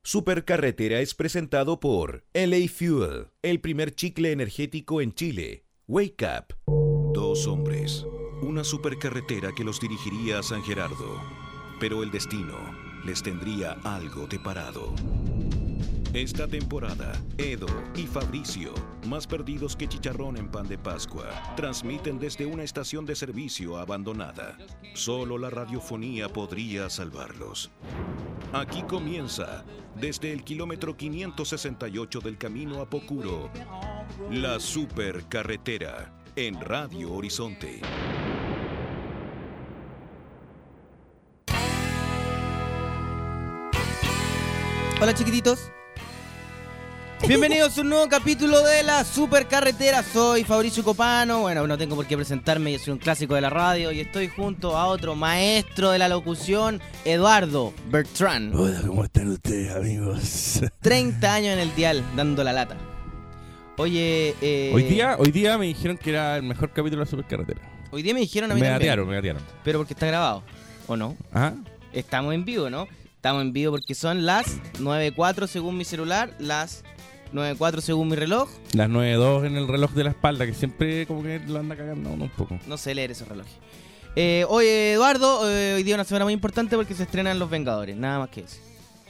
Supercarretera es presentado por LA Fuel, el primer chicle energético en Chile. Wake Up. Dos hombres, una supercarretera que los dirigiría a San Gerardo, pero el destino les tendría algo deparado. Esta temporada, Edo y Fabricio, más perdidos que chicharrón en pan de Pascua, transmiten desde una estación de servicio abandonada. Solo la radiofonía podría salvarlos. Aquí comienza, desde el kilómetro 568 del camino a Pocuro, la Supercarretera en Radio Horizonte. Hola chiquititos, bienvenidos a un nuevo capítulo de la Supercarretera. Soy Fabricio Copano. Bueno, no tengo por qué presentarme, yo soy un clásico de la radio y estoy junto a otro maestro de la locución, Eduardo Bertrán. Hola, ¿cómo están ustedes, amigos? 30 años en el dial, dando la lata. Oye, Hoy día me dijeron que era el mejor capítulo de la Supercarretera. hoy día me dijeron a mí Me también. datearon. Pero porque está grabado, ¿o no? ¿Ah? Estamos en vivo, ¿no? Estamos en vivo porque son las 9:04 según mi celular, las 9:04 según mi reloj. Las 9:02 en el reloj de la espalda, que siempre como que lo anda cagando uno un poco. No sé leer esos relojes. Oye, Eduardo, hoy día es una semana muy importante porque se estrenan Los Vengadores, nada más que eso.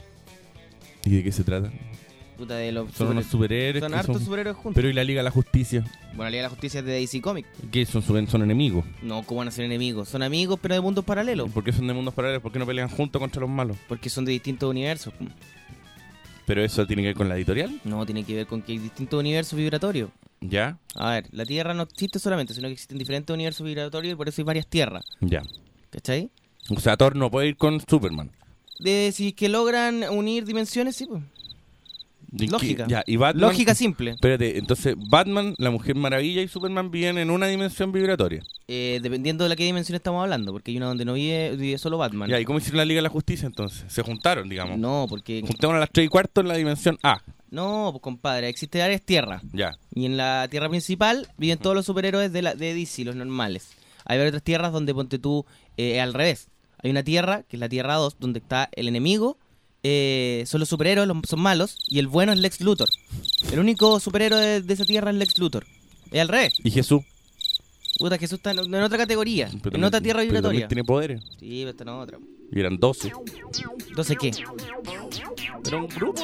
¿Y de qué se trata? Puta de los Son unos superhéroes. son que hartos superhéroes juntos. Pero ¿y la Liga de la Justicia? Bueno, la Liga de la Justicia es de DC Comics. ¿Qué son enemigos? No, ¿cómo van a ser enemigos? Son amigos, pero de mundos paralelos. ¿Por qué son de mundos paralelos? ¿Por qué no pelean juntos contra los malos? Porque son de distintos universos. ¿Pero eso tiene que ver con la editorial? No, tiene que ver con que hay distintos universos vibratorios. ¿Ya? A ver, la Tierra no existe solamente, sino que existen diferentes universos vibratorios y por eso hay varias tierras. Ya. ¿Cachai? O sea, Thor no puede ir con Superman. Si es que logran unir dimensiones, sí, pues. Lógica. Ya, y Batman... Lógica simple. Espérate, entonces Batman, la Mujer Maravilla y Superman viven en una dimensión vibratoria. Dependiendo de la qué dimensión estamos hablando, porque hay una donde no vive solo Batman. Ya, ¿y cómo hicieron la Liga de la Justicia entonces? Se juntaron, digamos. No, porque... Juntaron a las 3:15 en la dimensión A. No, pues compadre, existen varias tierras. Ya. Y en la tierra principal viven todos los superhéroes de DC, los normales. Hay varias otras tierras donde, ponte tú, al revés. Hay una tierra, que es la Tierra 2, donde está el enemigo, son los superhéroes, son malos, y el bueno es Lex Luthor. El único superhéroe de esa tierra es Lex Luthor. Es al revés. ¿Y Jesús? Puta, Jesús está en otra categoría, Pero en también- otra tierra pero vibratoria. también tiene poderes. Sí, pero está en otra. Y eran 12. Entonces, ¿qué? Era un grupo.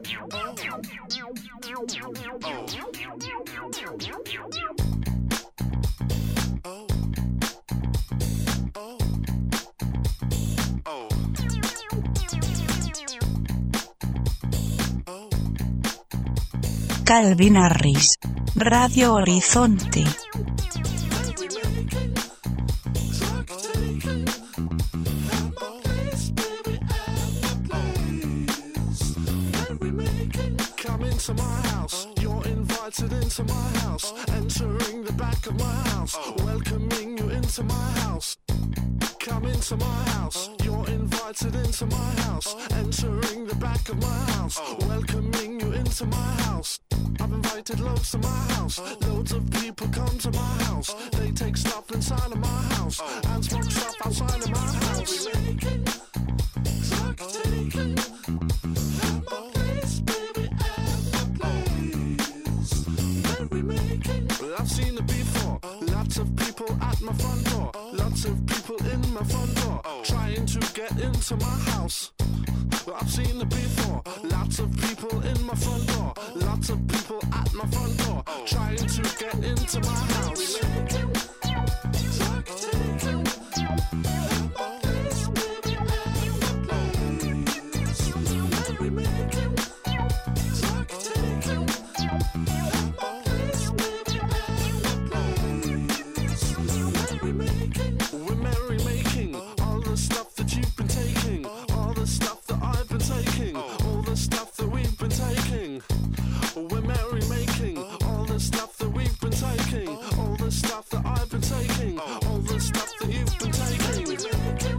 Calvin Harris, Radio Horizonte. Come into my house, you're invited into my house. Entering the back of my house, welcoming you into my house. Come into my house, you're invited into my house. Entering the back of my house, welcoming you into my house. I've invited loads to my house, loads of people come to my house. They take stuff inside of my house, and smoke stuff outside of my house. I've seen it before. Lots of people at my front door. Lots of people in my front door trying to get into my house. I've seen it before. Lots of people in my front door. Lots of people at my front door trying to get into my house. We're merrymaking all the stuff that you've been taking, all the stuff that I've been taking, all the stuff that we've been taking. We're merrymaking all the stuff that we've been taking, all the stuff that I've been taking, all the stuff that you've been taking.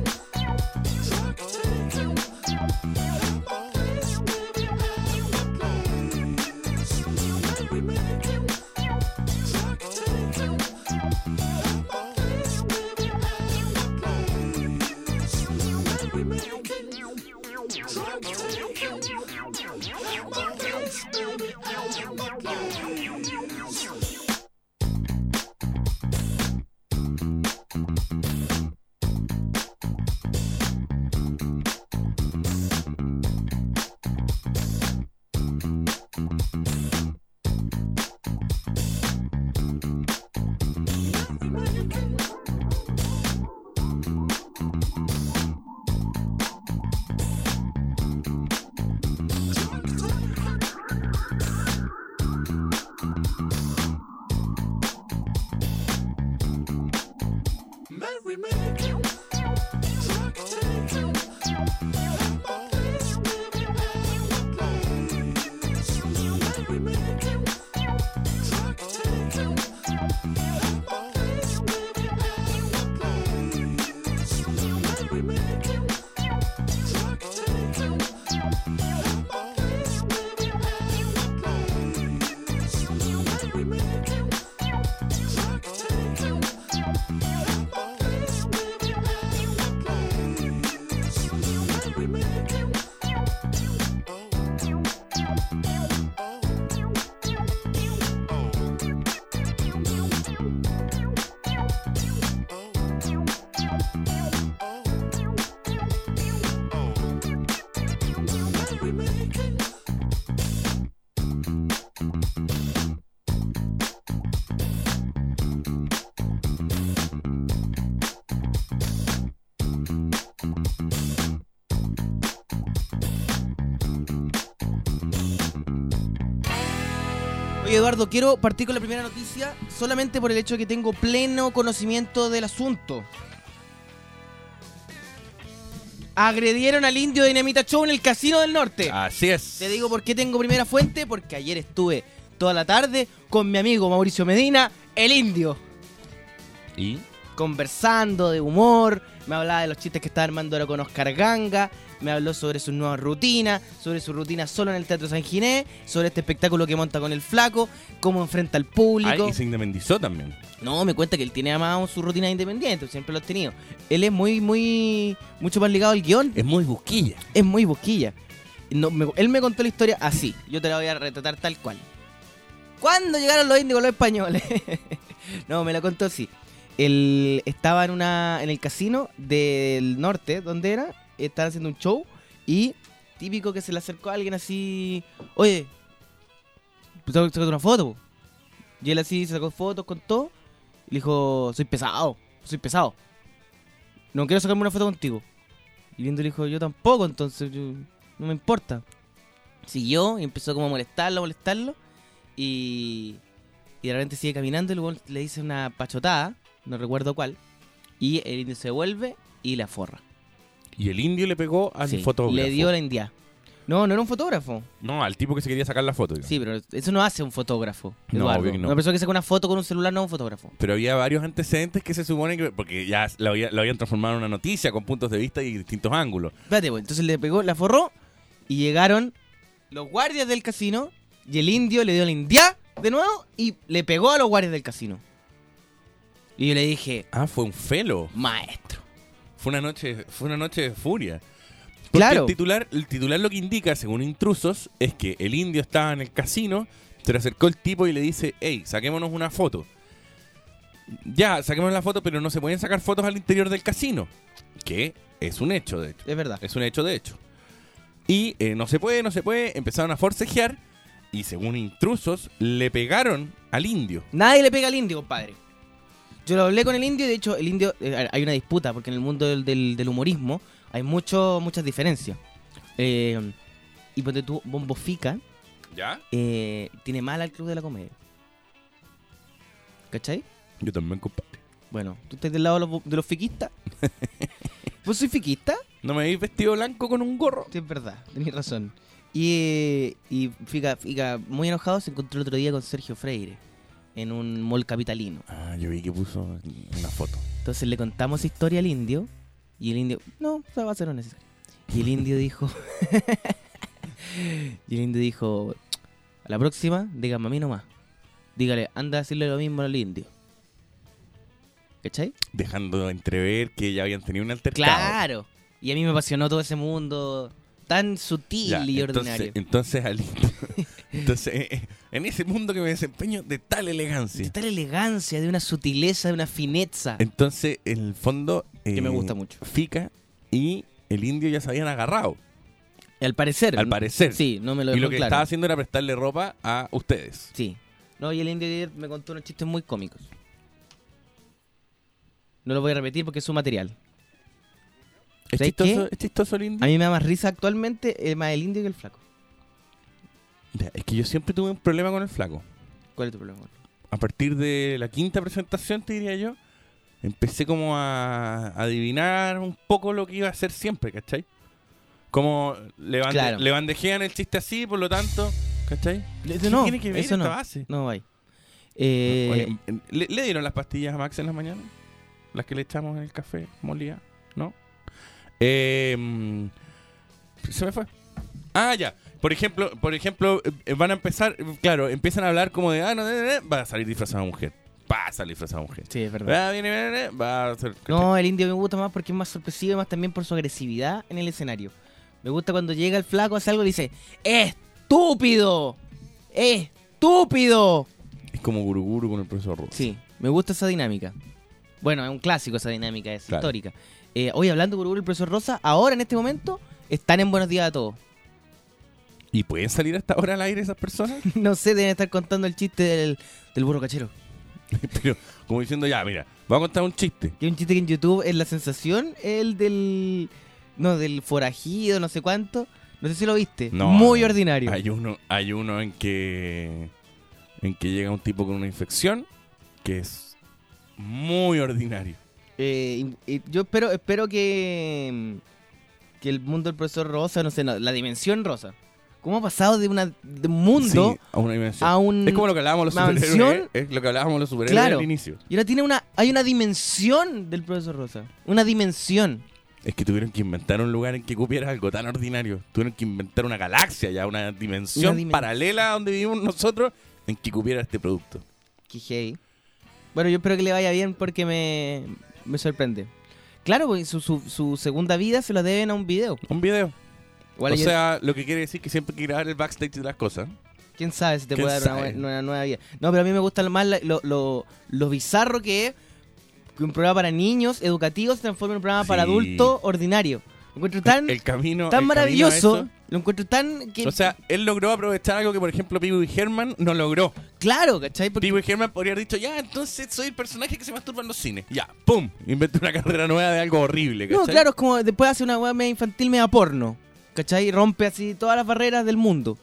we making? Oye, Eduardo, quiero partir con la primera noticia solamente por el hecho de que tengo pleno conocimiento del asunto. Agredieron al Indio de Dinamita Show en el Casino del Norte. Así es. Te digo por qué tengo primera fuente, porque ayer estuve toda la tarde con mi amigo Mauricio Medina, el Indio, ¿Y? conversando de humor, me hablaba de los chistes que estaba armando ahora con Oscar Ganga, me habló sobre sus nuevas rutinas, sobre su rutina solo en el Teatro San Ginés, sobre este espectáculo que monta con el Flaco, cómo enfrenta al público. Ay, y se independizó también. No, me cuenta que él tiene además su rutina independiente, siempre lo ha tenido. Él es mucho más ligado al guión, Es muy busquilla. es muy busquilla. No, él me contó la historia así, yo te la voy a retratar tal cual. ¿Cuándo llegaron los indios con los españoles? No, me la contó así. Él estaba en el casino del norte, ¿dónde era? Estaban haciendo un show y típico que se le acercó a alguien así, oye, sácate una foto, po. Y él así se sacó fotos con todo y le dijo, soy pesado, no quiero sacarme una foto contigo. Y viendo le dijo, yo tampoco, entonces no me importa. Siguió y empezó como a molestarlo y de repente sigue caminando y luego le dice una pachotada, no recuerdo cuál, y el indio se vuelve y la forra. Y el Indio le pegó al Sí, fotógrafo. le dio la india. No era un fotógrafo. No, al tipo que se quería sacar la foto. Digamos. Sí, pero eso no hace un fotógrafo. No, Eduardo. obvio que no. Una persona que saca una foto con un celular no es un fotógrafo. Pero había varios antecedentes que se supone que... Porque ya lo habían transformado en una noticia con puntos de vista y distintos ángulos. Espérate, pues, entonces le pegó, la forró y llegaron los guardias del casino y el indio le dio la india de nuevo y le pegó a los guardias del casino. Y yo le dije, Ah, fue un felo. maestro. Fue una noche de furia. Porque Claro. el titular lo que indica, según intrusos, es que el Indio estaba en el casino, se le acercó el tipo y le dice, hey, saquémonos una foto. Ya, saquémonos la foto, pero no se pueden sacar fotos al interior del casino. Que es un hecho, de hecho. Es verdad. Es un hecho, de hecho. Y no se puede, empezaron a forcejear y según intrusos, le pegaron al Indio. Nadie le pega al indio, compadre. Yo lo hablé con el indio y de hecho el indio, hay una disputa porque en el mundo del humorismo hay muchas diferencias. Y ponte tú, Bombo Fica ¿Ya? tiene mal al Club de la Comedia. ¿Cachai? Yo también, compadre. Bueno, ¿tú estás del lado de los fiquistas? ¿Vos sois fiquista? ¿No me veis vestido blanco con un gorro? Sí, es verdad, tenés razón. Y Fica, muy enojado, se encontró el otro día con Sergio Freire en un mall capitalino. Ah, yo vi que puso una foto. Entonces le contamos esa historia al indio y el indio, no, eso va a ser necesario. Y el indio dijo, a la próxima, díganme a mí nomás. Dígale, anda a decirle lo mismo al indio. ¿Cachai? Dejando entrever que ya habían tenido un altercado. Claro. Y a mí me apasionó todo ese mundo tan sutil Ya, y entonces, ordinario. Entonces, al indio. Entonces, en ese mundo que me desempeño de tal elegancia. De tal elegancia, de una sutileza, de una fineza. Entonces, en el fondo. Que me gusta mucho. Fica y el indio ya se habían agarrado. Al parecer. Al parecer. Sí, no me lo Y dejó lo que claro. estaba haciendo era prestarle ropa a ustedes. Sí. No, y el indio ayer me contó unos chistes muy cómicos. No los voy a repetir porque es su material. ¿Es ¿Sabes chistoso, qué? ¿Es chistoso el indio? A mí me da más risa actualmente más el indio que el flaco. Ya, es que yo siempre tuve un problema con el flaco. ¿Cuál es tu problema? A partir de la quinta presentación, te diría yo, empecé como a adivinar un poco lo que iba a hacer siempre, ¿cachai? Como Claro. le bandejean el chiste así, por lo tanto, ¿cachai? Eso no, tiene que ver eso esta no. base? No, vaya. Oye, ¿le dieron las pastillas a Max en las mañanas? Las que le echamos en el café molía, ¿no? Se me fue. Ah, ya. Por ejemplo, van a empezar, claro, empiezan a hablar como de, va a salir disfrazada de mujer. Va a salir disfrazada de mujer. Sí, es verdad. Viene, va a ser... No, el indio me gusta más porque es más sorpresivo y más también por su agresividad en el escenario. Me gusta cuando llega el flaco, hace algo y dice, ¡estúpido! ¡Estúpido! Es como Guruguru con el profesor Ross. Sí, me gusta esa dinámica. Bueno, es un clásico esa dinámica, es Claro. histórica. Hoy hablando de Guruguru y el profesor Rosa, ahora en este momento están en Buenos Días a Todos. ¿Y pueden salir hasta ahora al aire esas personas? No sé, deben estar contando el chiste del burro cachero. Pero como diciendo, ya, mira, voy a contar un chiste. Que hay un chiste que en YouTube es la sensación, el del... No, del forajido, no sé cuánto. No sé si lo viste. No, Muy ordinario. Hay uno en que llega un tipo con una infección que es muy ordinario. Y yo espero que el mundo del profesor Rosa, no sé, no, la dimensión Rosa. ¿Cómo ha pasado de un mundo Sí, a una dimensión. a un... Es como lo que hablábamos los mansión? superhéroes. Es lo que hablábamos los superhéroes Claro. al inicio. Y ahora hay una dimensión del profesor Rosa. Una dimensión. Es que tuvieron que inventar un lugar en que cupiera algo tan ordinario. Tuvieron que inventar una galaxia ya, una dimensión paralela a donde vivimos nosotros en que cupiera este producto. Qué heavy. Bueno, yo espero que le vaya bien porque me sorprende. Claro, pues su segunda vida se la deben a un video. Un video. Igual O sea, lo que quiere decir que siempre hay que grabar el backstage de las cosas. quién sabe si te ¿Quién puede dar sabe? una nueva vida. No, pero a mí me gusta más lo bizarro que es que un programa para niños, educativo, se transforma en un programa para Sí. adultos ordinario. Lo encuentro tan, El camino. tan el camino a maravilloso. eso. Lo encuentro tan... que O sea, él logró aprovechar algo que, por ejemplo, Pee Wee Herman no logró. claro, ¿cachai? Porque Pee Wee Herman podría haber dicho, ya, entonces soy el personaje que se masturba en los cines. Ya, ¡pum! Inventó una carrera nueva de algo horrible, ¿cachai? no, claro, es como después hace una weá media infantil, media porno. ¿Cachai? Y rompe así todas las barreras del mundo.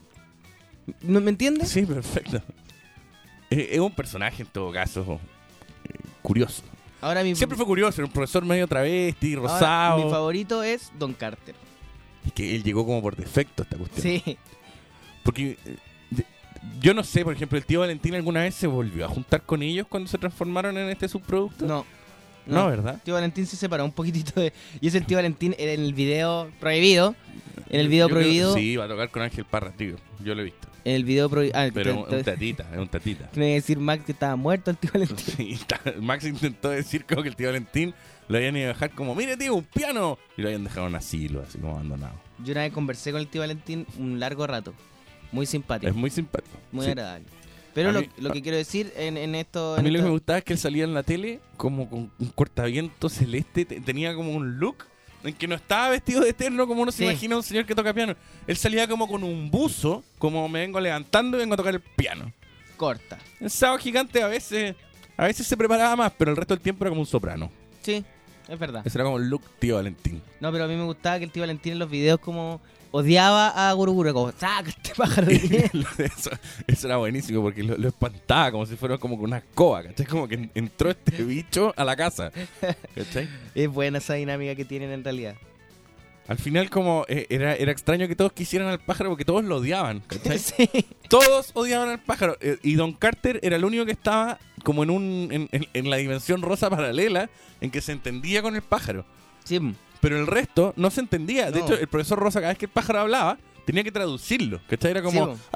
¿No me entiendes? Sí, perfecto. Es un personaje, en todo caso, curioso. Ahora Siempre fue curioso, era un profesor medio travesti, ahora rosado. mi favorito es Don Carter. Es que él llegó como por defecto a esta cuestión. Sí. Porque yo no sé, por ejemplo, el tío Valentín alguna vez se volvió a juntar con ellos cuando se transformaron en este subproducto. No, ¿verdad? Tío Valentín se separó un poquito de... Y es el tío Valentín en el video prohibido. En el video Yo creo- prohibido... sí, va a tocar con Ángel Parra, tío. Yo lo he visto. En el video prohibido... Ah, Pero es un tatita, es un tatita. ¿Qué me iba a decir Max que estaba muerto el tío Valentín? Sí, Max intentó decir como que el tío Valentín lo habían ido a dejar como, mire tío, un piano. Y lo habían dejado en asilo, así como abandonado. Yo una vez conversé con el tío Valentín un largo rato. Muy simpático. Es muy simpático. Muy Sí. agradable. Pero A lo, mí- lo que quiero decir en esto... A mí en lo que esto- me gustaba es que él salía en la tele como con un cortaviento celeste. Tenía como un look en que no estaba vestido de eterno como uno se Sí. imagina a un señor que toca piano. Él salía como con un buzo, como me vengo levantando y vengo a tocar el piano. corta. El Sábado Gigante a veces se preparaba más, pero el resto del tiempo era como un soprano. Sí, es verdad. Ese era como el look tío Valentín. No, pero a mí me gustaba que el tío Valentín en los videos como odiaba a Guruguru, como, saca este pájaro de mierda. Eso era buenísimo porque lo espantaba como si fuera como con una escoba, ¿cachai? Como que entró este bicho a la casa, ¿cachai? Es buena esa dinámica que tienen en realidad. Al final como era extraño que todos quisieran al pájaro porque todos lo odiaban, ¿cachai? Sí. Todos odiaban al pájaro. Y Don Carter era el único que estaba como en la dimensión rosa paralela en que se entendía con el pájaro. Sí. Pero el resto no se entendía. De No. hecho, el profesor Rosa, cada vez que el pájaro hablaba, tenía que traducirlo. ¿Cachai? Era como... Sí,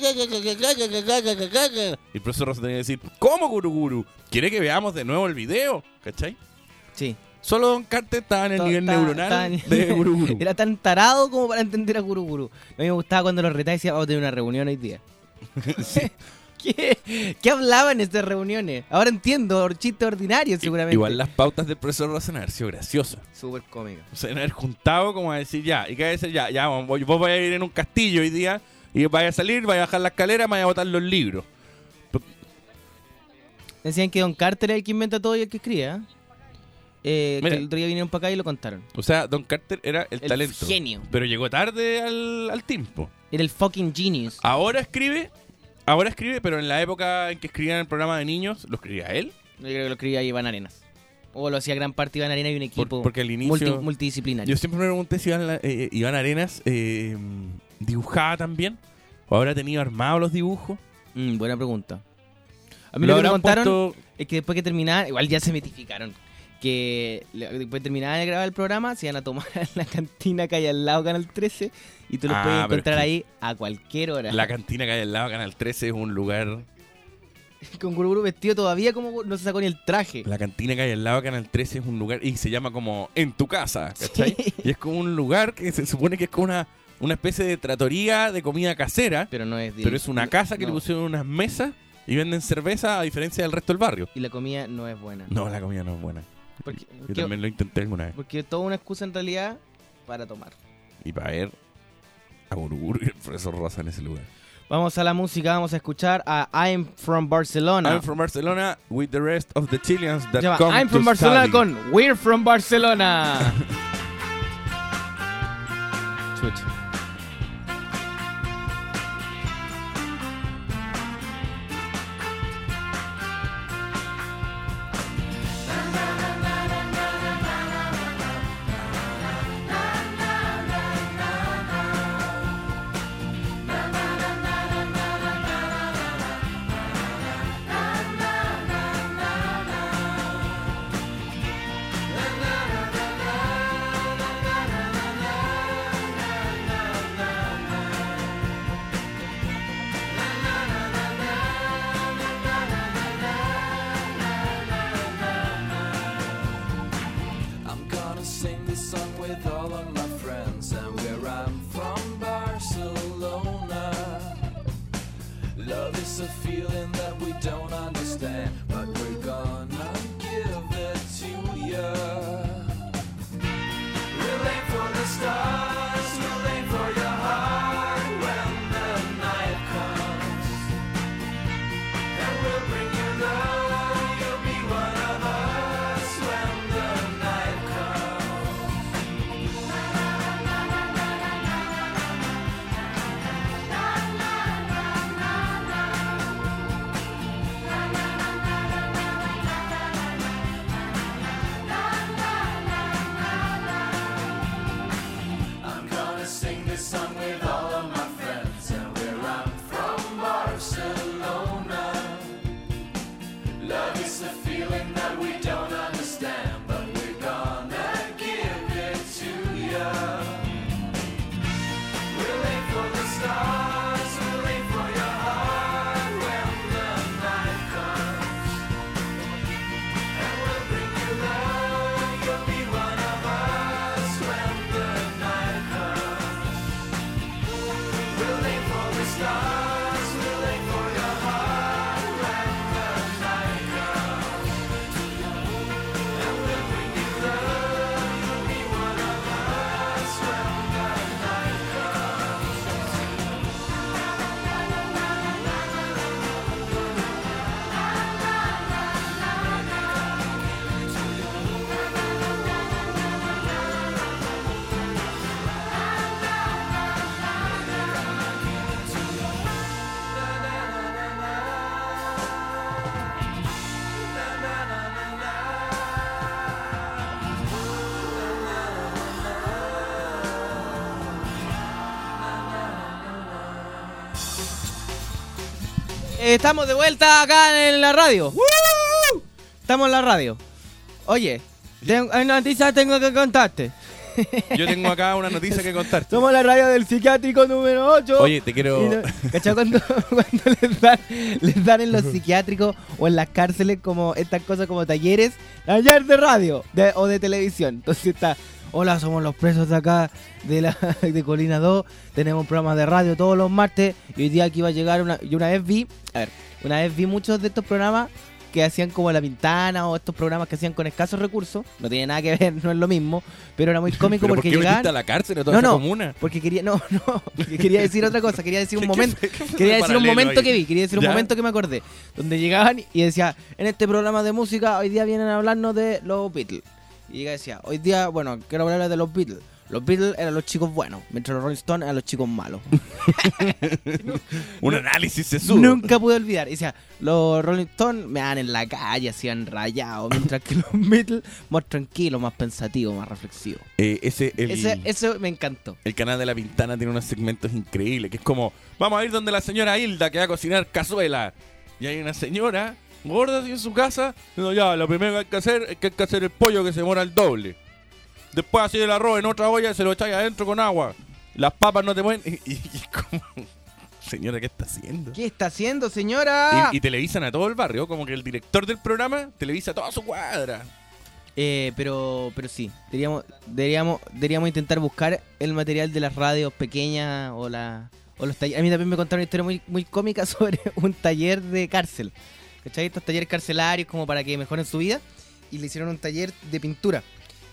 y el profesor Rosa tenía que decir, ¿cómo, Guruguru? ¿Quiere que veamos de nuevo el video? ¿Cachai? Sí. Solo Don Carter estaba en el nivel neuronal de Guruguru. Era tan tarado como para entender a Guruguru. A mí me gustaba cuando los retaba y decía, vamos a tener una reunión hoy día. ¿Qué hablaban en estas reuniones? Ahora entiendo, chistes ordinarios seguramente. Igual las pautas del profesor Rosa han haber sido graciosas. Súper cómica. O sea, deben haber juntado como a decir ya. ¿Y qué va a decir? Ya, vos vais a ir en un castillo hoy día y vais a salir, vais a bajar la escalera, vais a botar los libros. Decían que Don Carter es el que inventa todo y el que escribe, ¿eh? Que Mira. el otro día vinieron para acá y lo contaron. O sea, Don Carter era el El talento. genio. Pero llegó tarde al tiempo. Era el fucking genius. Ahora escribe, pero en la época en que escribían el programa de niños, lo escribía él. Yo creo que lo escribía Iván Arenas. O lo hacía gran parte Iván Arenas y un equipo Porque al inicio... multidisciplinario. Yo siempre me pregunté si Iván Arenas dibujaba también. ¿O habrá tenido armados los dibujos? Buena pregunta. A mí lo que me habrán contaron puesto- es que después que terminaba, igual ya se mitificaron, que después de terminar de grabar el programa se iban a tomar en la cantina que hay al lado Canal 13 y tú los Ah, puedes pero encontrar es que ahí a cualquier hora. La cantina que hay al lado de Canal 13 es un lugar... Con Guruguru vestido todavía como no se sacó ni el traje. La cantina que hay al lado de Canal 13 es un lugar... Y se llama como En tu casa, ¿cachai? Sí. Y es como un lugar que se supone que es como una especie de tratoría de comida casera. Pero no es... Pero es una casa que no. le pusieron unas mesas y venden cerveza a diferencia del resto del barrio. Y la comida no es buena. No, la comida no es buena. Porque, Yo también lo intenté alguna vez. porque es toda una excusa en realidad para tomar. Y para ver Aguruguru y el profesor Rosa en ese lugar. Vamos a la música, vamos a escuchar a I'm from Barcelona. I'm from Barcelona with the rest of the Chileans that Llama come I'm to from Barcelona study. con We're from Barcelona. Chucha. I'm gonna sing this song with all of my friends, and where I'm from, Barcelona. Love is a feeling that we don't understand, but we're gonna give it to ya. We'll aim for the stars, we'll aim for your heart when the night comes, and we'll bring you love, you'll be one of us when the night comes. I'm gonna sing this song with all of my friends, and where I'm from, Barcelona. Love is a feeling that we don't understand, but we're gonna give it to ya. We'll aim for the stars, we'll aim for your heart when the night comes, and we'll bring you love, you'll be one of us when the night comes. We'll aim for the stars, we'll aim for your heart when the night comes, and we'll bring you love, you'll be one of us when the night comes. Estamos de vuelta acá en la radio. Estamos en la radio. Oye, hay una noticia que tengo que contarte. Yo tengo acá una noticia que contarte. Somos la radio del psiquiátrico número 8. Oye, te quiero... ¿Cachai? Cuando les dan en los psiquiátricos o en las cárceles como estas cosas como talleres de radio o de televisión? Entonces está, hola, somos los presos de acá de Colina 2, tenemos un programa de radio todos los martes y hoy día aquí va a llegar yo una vez vi muchos de estos programas que hacían como La Pintana o estos programas que hacían con escasos recursos, no tiene nada que ver, no es lo mismo, pero era muy cómico ¿Pero porque por qué llegaban... metiste a la cárcel a toda esa comuna? Porque quería decir otra cosa, quería decir un momento, qué quería decir un paralelo momento ahí? que vi, quería decir un ¿Ya? momento que me acordé, donde llegaban y decía, en este programa de música hoy día vienen a hablarnos de los Beatles. Y ella decía, hoy día, bueno, quiero hablarles de los Beatles. Los Beatles eran los chicos buenos, mientras los Rolling Stones eran los chicos malos. Un análisis sesudo. Nunca pude olvidar. Y decía, los Rolling Stones me dan en la calle, hacían rayados, mientras que los Beatles más tranquilos, más pensativos, más reflexivos. Eso me encantó. El canal de La Pintana tiene unos segmentos increíbles, que es como, vamos a ir donde la señora Hilda que va a cocinar cazuela. Y hay una señora gorda así en su casa, diciendo, ya, lo primero que hay que hacer es que hay que hacer el pollo que se demora el doble. Después así el arroz en otra olla, se lo echáis adentro con agua. Las papas no te mueven. Y como, señora, ¿qué está haciendo? ¿Qué está haciendo, señora? Y televisan a todo el barrio, como que el director del programa televisa toda su cuadra. Pero sí, deberíamos intentar buscar el material de las radios pequeñas o los talleres. A mí también me contaron una historia muy, muy cómica sobre un taller de cárcel. ¿Cachai? Estos talleres carcelarios como para que mejoren su vida. Y le hicieron un taller de pintura.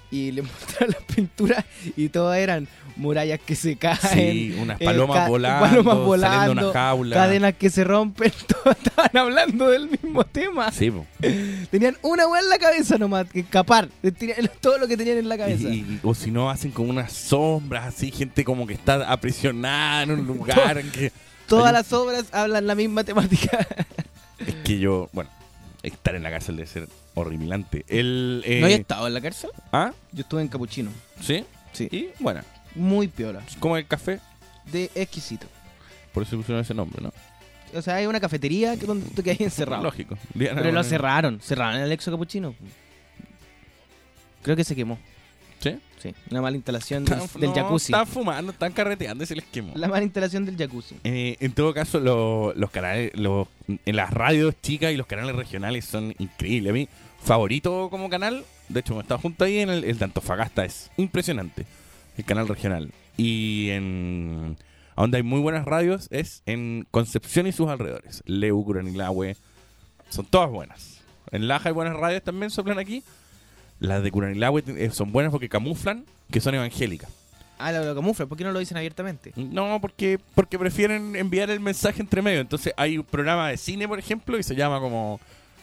y le mostraron las pinturas y todas eran murallas que se caen, Sí, unas palomas volando, saliendo de una jaula. cadenas que se rompen, todos estaban hablando del mismo tema. Sí, po. Tenían una hueá en la cabeza nomás, que escapar, tenían todo lo que tenían en la cabeza. O si no, hacen como unas sombras así, gente como que está aprisionada en un lugar en que... Todas Hay un- las obras hablan la misma temática. Es que yo, bueno, estar en la cárcel debe ser horripilante. El, ¿No he estado en la cárcel? ¿Ah? Yo estuve en Capuchino. ¿Sí? Sí. Y bueno, Muy piola. como el café, De exquisito. por eso pusieron ese nombre, ¿no? O sea, hay una cafetería que donde tú quedas encerrado. Lógico. Pero lo cerraron. Cerraron el Exo Capuchino. Creo que se quemó. ¿Sí? Sí. Una mala instalación del No, jacuzzi. Están fumando, están carreteando y se les quemó. La mala instalación del jacuzzi. En todo caso, los canales, en las radios chicas y los canales regionales son increíbles. A mí, favorito como canal, de hecho, me estaba junto ahí en el de Antofagasta, es impresionante el canal regional. Y en donde hay muy buenas radios es en Concepción y sus alrededores. Leu, Curanilahue, son todas buenas. En Laja hay buenas radios también, soplan aquí. Las de Curanilahue son buenas porque camuflan que son evangélicas. Ah, lo camufla. ¿Por qué no lo dicen abiertamente? No, porque prefieren enviar el mensaje entre medio. Entonces hay un programa de cine, por ejemplo, y se llama como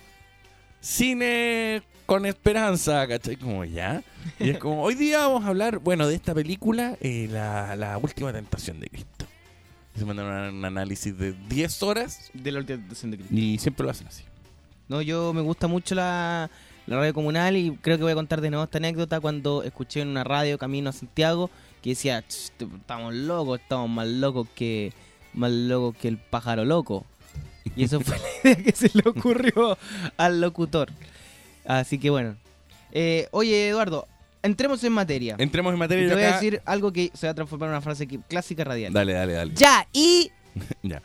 Cine con Esperanza, ¿cachai? Como ya. Y es como, hoy día vamos a hablar, bueno, de esta película, la última tentación de Cristo. Y se mandan un análisis de 10 horas De la última tentación de Cristo. y siempre lo hacen así. No, yo me gusta mucho la radio comunal y creo que voy a contar de nuevo esta anécdota cuando escuché en una radio camino a Santiago que decía, estamos locos, estamos más locos que el pájaro loco. Y eso fue la idea que se le ocurrió al locutor. Así que bueno. Oye, Eduardo, entremos en materia. Entremos en Y materia. te yo voy a acá- decir algo que se va a transformar en una frase clásica radial. Dale. Ya, y... Ya.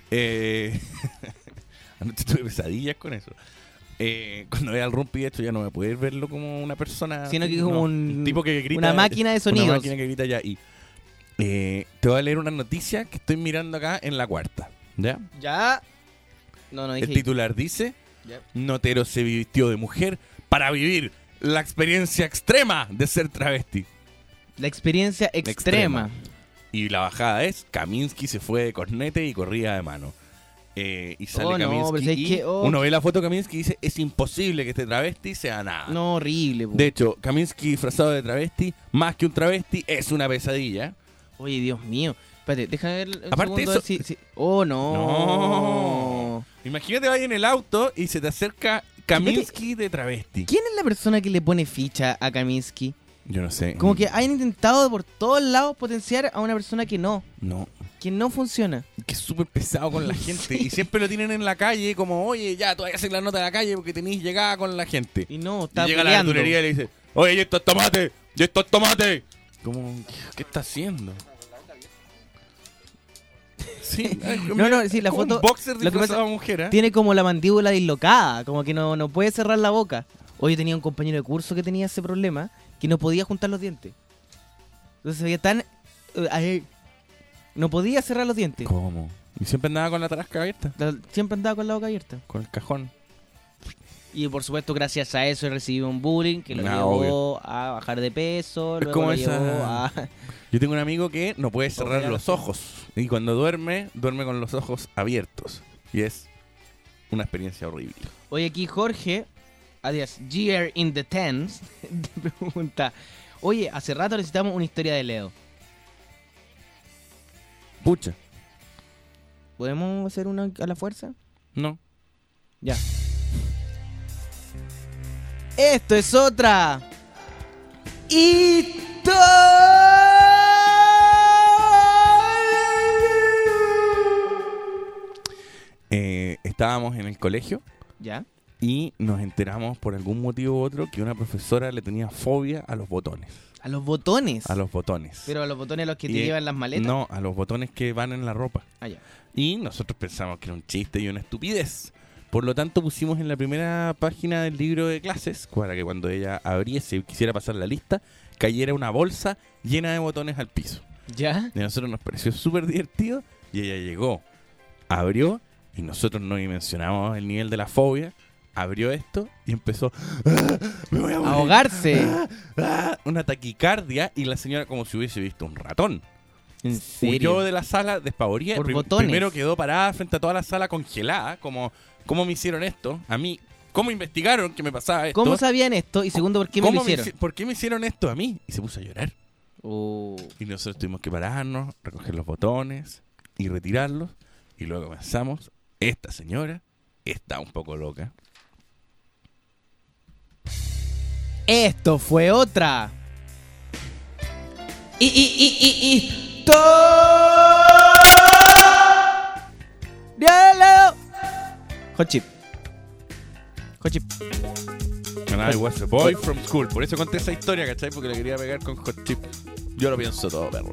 Anoche tuve pesadillas con eso. Cuando vea al Rumpi, de hecho, ya no me puedes verlo como una persona. Sino que como un tipo que grita. una máquina de sonidos. Una máquina que grita ya. Y te voy a leer una noticia que estoy mirando acá en La Cuarta. ¿Ya? Ya... No, no El dije... titular dice: Ya. Notero se vistió de mujer para vivir la experiencia extrema de ser travesti. La experiencia extrema. Y la bajada es: Kaminsky se fue de cornete y corría de mano. Y sale Oh, no, Kaminsky pero ¿sabes y qué? Oh. uno ve la foto de Kaminsky y dice: es imposible que este travesti sea nada. No, horrible. Po. De hecho, Kaminsky disfrazado de travesti, más que un travesti, es una pesadilla. Oye, Dios mío. Espérate, déjame ver un Aparte segundo. eso- a ver si... Oh, no. Imagínate, vas en el auto y se te acerca Kaminsky de travesti. ¿Quién es la persona que le pone ficha a Kaminsky? Yo no sé. Como que hayan intentado por todos lados potenciar a una persona que no funciona. Que es súper pesado con la gente. Y siempre lo tienen en la calle como: oye, ya, tú vas a hacer la nota de la calle porque tenéis llegada con la gente. Y no, Y está llega a la peleando. verdulería y le dice: oye, ¿y estos tomates? ¿Y estos tomates? Como, ¿qué está haciendo? Sí, No, sí, la como foto- un boxer lo que disfrazado pasa- de mujer, ¿eh? Tiene como la mandíbula dislocada, como que no puede cerrar la boca. Hoy tenía un compañero de curso que tenía ese problema, que no podía juntar los dientes. Entonces se veía tan... ahí. No podía cerrar los dientes. ¿Cómo? Y siempre andaba con la tarasca abierta, Siempre andaba con la boca abierta. con el cajón. Y por supuesto, gracias a eso recibió un bullying que lo llevó obvio. a bajar de peso, Es luego como lo esa- llevó a... Yo tengo un amigo que no puede cerrar Ojalá. los ojos. Y cuando duerme con los ojos abiertos. Y es una experiencia horrible. Hoy aquí Jorge, alias Gear in the Tens, te pregunta: oye, hace rato necesitamos una historia de Leo. Pucha. ¿Podemos hacer una a la fuerza? No. Ya. Esto es otra. Estábamos en el colegio ¿Ya? y nos enteramos por algún motivo u otro que una profesora le tenía fobia a los botones. A los botones. A los botones. Pero a los botones los que te Y, llevan las maletas. No, a los botones que van en la ropa. Ah, ya. Y nosotros pensamos que era un chiste y una estupidez. Por lo tanto, pusimos en la primera página del libro de clases, para que cuando ella abriese y quisiera pasar la lista, cayera una bolsa llena de botones al piso. ¿Ya? Y a nosotros nos pareció súper divertido y ella llegó, abrió y nosotros no dimensionamos el nivel de la fobia abrió esto y empezó me voy a morir, Ahogarse. una taquicardia, y la señora como si hubiese visto un ratón. ¿En serio? Huyó de la sala despavorida. Por botones. Primero quedó parada frente a toda la sala congelada, como ¿cómo me hicieron esto? A mí, ¿cómo investigaron que me pasaba esto? ¿Cómo sabían esto? Y segundo, ¿por qué me lo ¿Cómo hicieron? ¿Por qué me hicieron esto a mí? Y se puso a llorar. Oh. Y nosotros tuvimos que pararnos, recoger los botones y retirarlos. Y luego pensamos, esta señora está un poco loca. Esto fue otra. ¡Diálogo! Hot chip. Hot chip. And I was a boy from school. Por eso conté esa historia, ¿cachai? Porque le quería pegar con Hot Chip. Yo lo pienso todo, perro.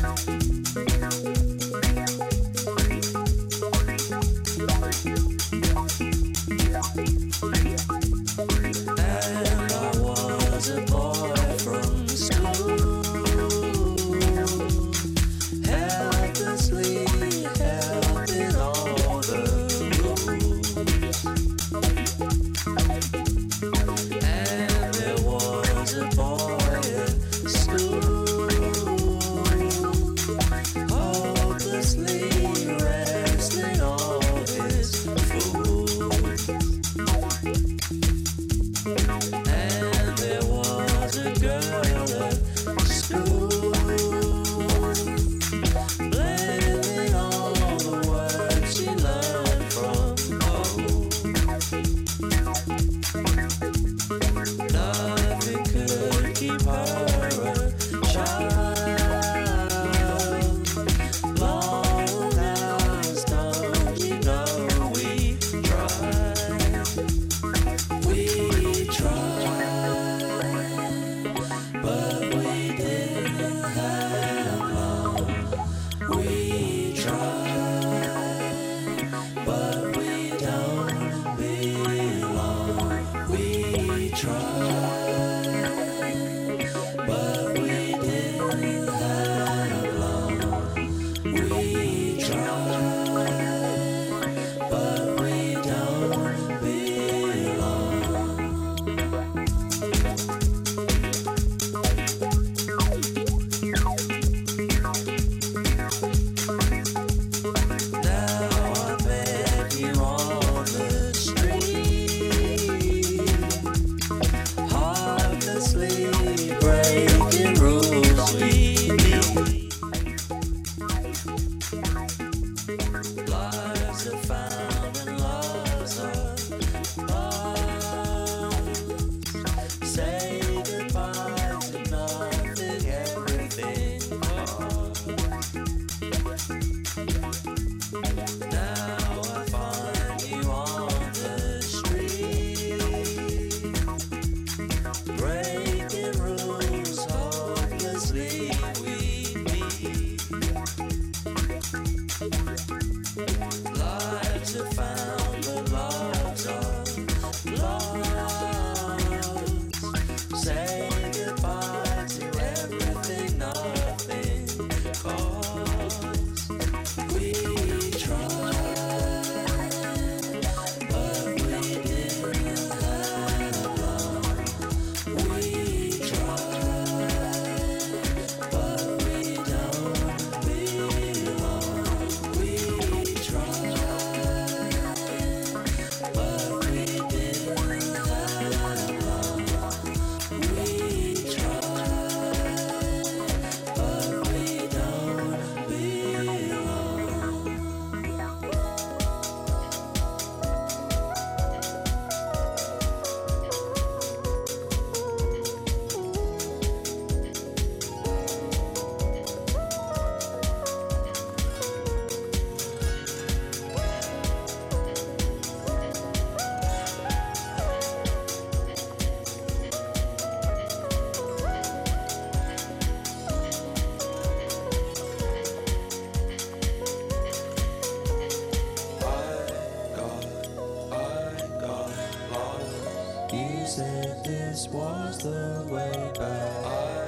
this was the way back.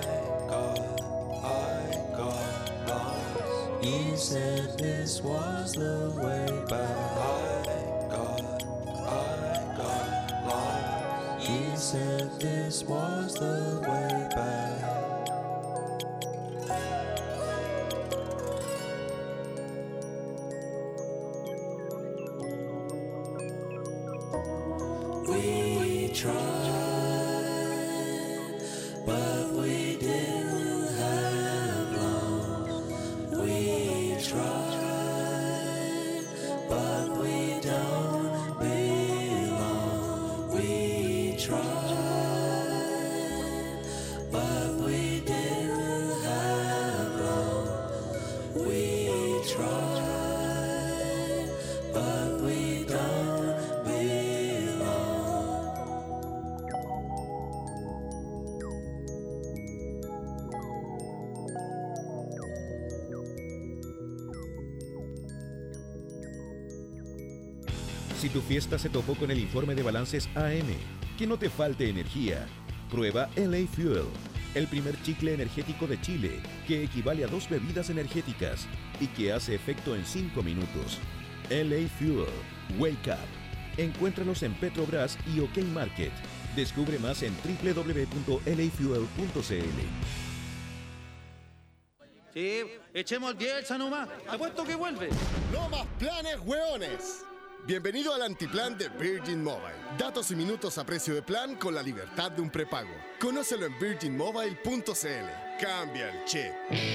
I got lost. You said this was the way back. I got said this was the way back. We tried, but we didn't have long. We tried, but we don't belong. We tried, but we didn't have long. We tried, but we don't belong. Si tu fiesta se topó con el informe de balances AM, que no te falte energía. Prueba LA Fuel, el primer chicle energético de Chile, que equivale a 2 bebidas energéticas y que hace efecto en 5 minutos. LA Fuel, Wake Up. Encuéntralos en Petrobras y OK Market. Descubre más en www.lafuel.cl. Sí, echemos el Bielsa nomás. Apuesto que vuelve. No más planes, hueones. Bienvenido al antiplan de Virgin Mobile. Datos y minutos a precio de plan con la libertad de un prepago. Conócelo en virginmobile.cl. Cambia el chip.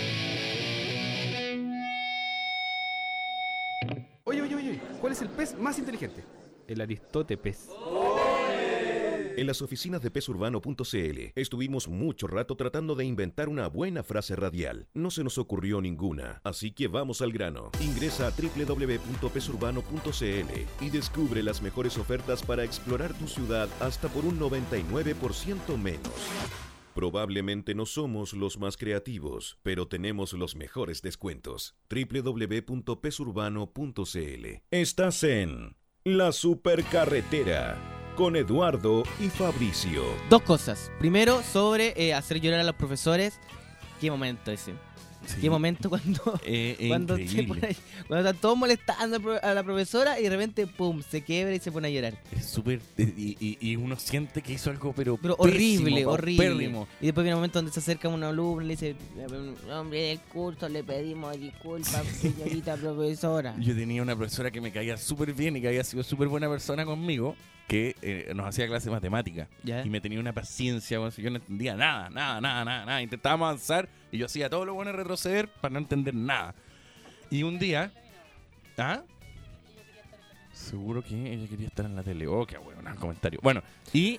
Oye, ¿cuál es el pez más inteligente? El Aristote pez. En las oficinas de pesurbano.cl estuvimos mucho rato tratando de inventar una buena frase radial. No se nos ocurrió ninguna, así que vamos al grano. Ingresa a www.pesurbano.cl y descubre las mejores ofertas para explorar tu ciudad hasta por un 99% menos. Probablemente no somos los más creativos, pero tenemos los mejores descuentos. www.pesurbano.cl. Estás en La Supercarretera con Eduardo y Fabricio. Dos cosas. Primero, sobre hacer llorar a los profesores. Qué momento ese. Sí. Qué momento cuando cuando están todos molestando a la profesora y de repente, pum, se quiebra y se pone a llorar. Es súper... Y uno siente que hizo algo, pero horrible, pésimo, horrible. paupérrimo. Y después viene un momento donde se acerca un alumno y le dice: hombre del curso, le pedimos disculpas, señorita profesora. Yo tenía una profesora que me caía súper bien y que había sido súper buena persona conmigo, que nos hacía clase de matemática. ¿Ya? Y me tenía una paciencia, bueno, yo no entendía nada. Intentábamos avanzar y yo hacía todo lo bueno de retroceder para no entender nada. Y un día... ¿Ah? Seguro que ella quería estar en la tele. Oh, qué bueno, un comentario. Bueno, y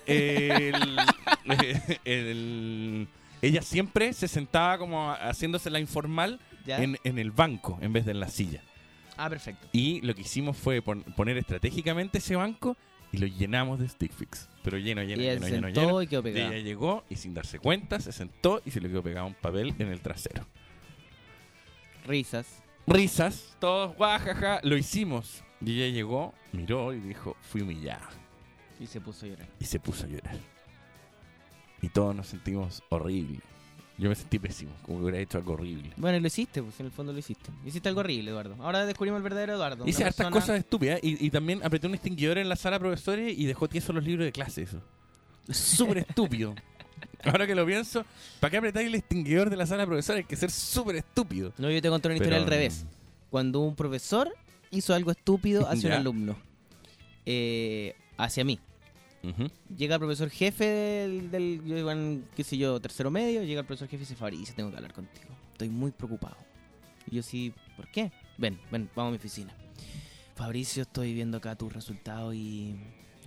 ella siempre se sentaba como haciéndose la informal en el banco en vez de en la silla. Ah, perfecto. Y lo que hicimos fue poner estratégicamente ese banco y lo llenamos de stick fix. Pero lleno. Y él sentó y quedó pegado. Ella llegó y sin darse cuenta se sentó y se le quedó pegado un papel en el trasero. Risas, todos guajaja, lo hicimos. Y ella llegó, miró y dijo, fui humillada. y se puso a llorar. Y todos nos sentimos horrible. Yo me sentí pésimo, como que hubiera hecho algo horrible. Bueno, y lo hiciste, pues en el fondo lo hiciste. Hiciste algo horrible, Eduardo. Ahora descubrimos el verdadero Eduardo. Hice una hartas persona- cosas estúpidas y también apreté un extinguidor en la sala de profesores y dejó tiesos los libros de clase. Eso. Súper estúpido. Ahora que lo pienso, ¿para qué apretáis el extinguidor de la sala de profesores? Hay que ser súper estúpido. No, yo te conté una historia Pero- al revés. Cuando un profesor hizo algo estúpido hacia un Ya. alumno. Hacia mí. Ujú. Llega el profesor jefe yo iba en, qué sé yo, tercero medio, llega el profesor jefe y dice: Fabricio, tengo que hablar contigo. Estoy muy preocupado. Y yo sí, ¿por qué? Ven, vamos a mi oficina. Fabricio, estoy viendo acá tus resultados y